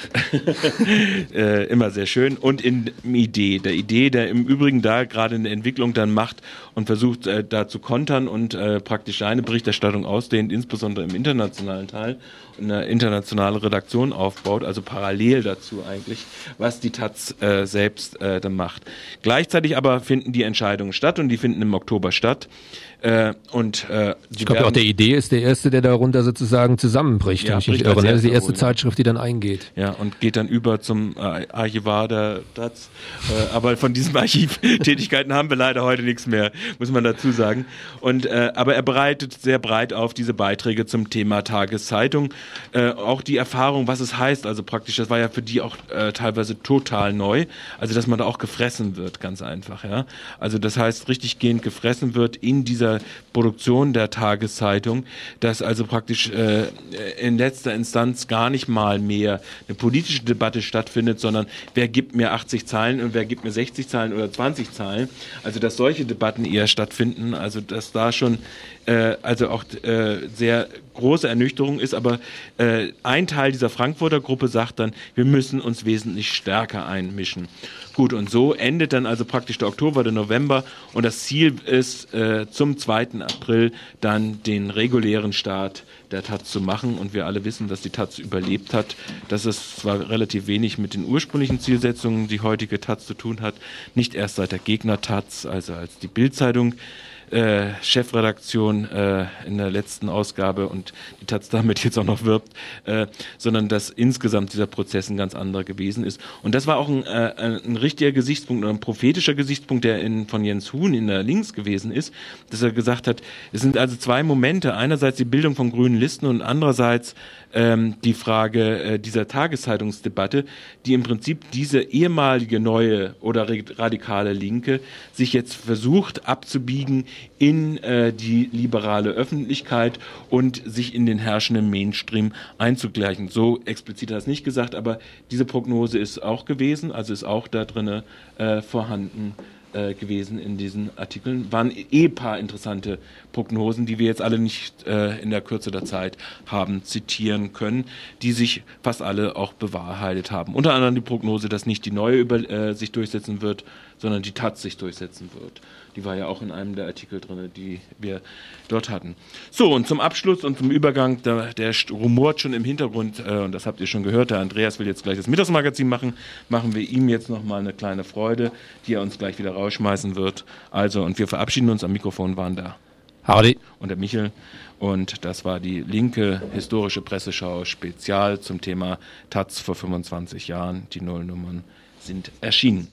Immer sehr schön. Und der Idee, der im Übrigen da gerade in der Entwicklung dann macht und versucht da zu kontern und praktisch seine Berichterstattung ausdehnt, insbesondere im internationalen Teil, und eine internationale Redaktion aufbaut, also parallel dazu eigentlich, was die Taz selbst dann macht. Gleichzeitig aber finden die Entscheidungen statt, und die finden im Oktober statt. Ich glaube auch, der Idee ist der erste, der darunter sozusagen zusammenbricht. Ja, das ist die erste Zeitschrift, die dann eingeht. Ja, und geht dann über zum Archivar der Taz. Aber von diesen Archivtätigkeiten haben wir leider heute nichts mehr, muss man dazu sagen. Aber er bereitet sehr breit auf diese Beiträge zum Thema Tageszeitung. Auch die Erfahrung, was es heißt, also praktisch, das war ja für die auch teilweise total neu. Also, dass man da auch gefressen wird, ganz einfach. Ja. Also, das heißt, richtig gehend gefressen wird in dieser Produktion der Tageszeitung, dass also praktisch in letzter Instanz gar nicht mal mehr eine politische Debatte stattfindet, sondern wer gibt mir 80 Zeilen und wer gibt mir 60 Zeilen oder 20 Zeilen. Also dass solche Debatten eher stattfinden, also dass da schon sehr große Ernüchterung ist, aber ein Teil dieser Frankfurter Gruppe sagt dann, wir müssen uns wesentlich stärker einmischen. Gut, und so endet dann also praktisch der Oktober, der November, und das Ziel ist, zum 2. April dann den regulären Start der Taz zu machen, und wir alle wissen, dass die Taz überlebt hat, dass es zwar relativ wenig mit den ursprünglichen Zielsetzungen die heutige Taz zu tun hat, nicht erst seit der Gegner-Taz, also als die Bild-Zeitung Chefredaktion in der letzten Ausgabe und die Taz damit jetzt auch noch wirbt, sondern dass insgesamt dieser Prozess ein ganz anderer gewesen ist. Und das war auch ein richtiger Gesichtspunkt, ein prophetischer Gesichtspunkt, der von Jens Huhn in der Links gewesen ist, dass er gesagt hat, es sind also zwei Momente, einerseits die Bildung von grünen Listen und andererseits die Frage dieser Tageszeitungsdebatte, die im Prinzip diese ehemalige neue oder radikale Linke sich jetzt versucht abzubiegen in die liberale Öffentlichkeit und sich in den herrschenden Mainstream einzugleichen. So explizit hat er es nicht gesagt, aber diese Prognose ist auch gewesen, also ist auch da drin vorhanden gewesen in diesen Artikeln. Waren ein paar interessante Prognosen, die wir jetzt alle nicht in der Kürze der Zeit haben zitieren können, die sich fast alle auch bewahrheitet haben. Unter anderem die Prognose, dass nicht die neue sich durchsetzen wird, sondern die Taz sich durchsetzen wird. Die war ja auch in einem der Artikel drin, die wir dort hatten. So, und zum Abschluss und zum Übergang, der rumort schon im Hintergrund, und das habt ihr schon gehört, der Andreas will jetzt gleich das Mittagsmagazin machen wir ihm jetzt nochmal eine kleine Freude, die er uns gleich wieder rausschmeißen wird. Also, und wir verabschieden uns, am Mikrofon waren da Hardy und der Michel, und das war die linke historische Presseschau Spezial zum Thema Taz vor 25 Jahren. Die Nullnummern sind erschienen.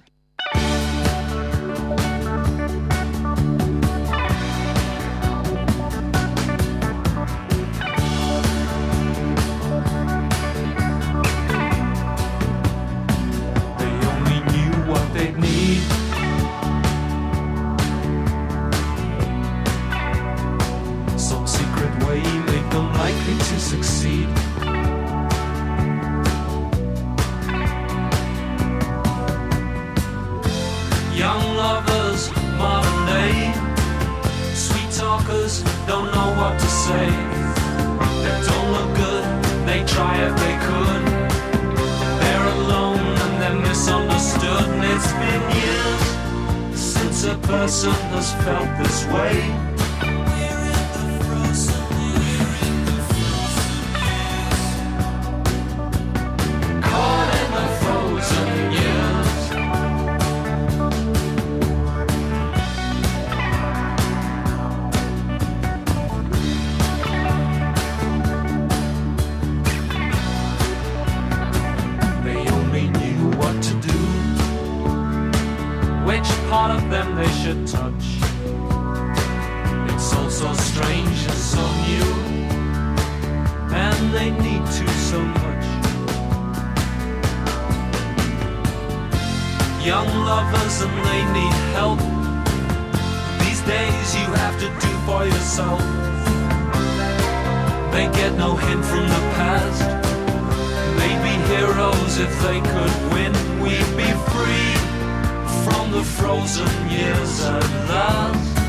It's been years since always a person has felt this way. Caught in the frozen years. They only knew what to do, which part of them they should touch. It's all so strange and so new, and they need to so much. Young lovers and they need help. These days you have to do for yourself. They get no hint from the past. They'd be heroes if they could win. We'd be free from the frozen years at last.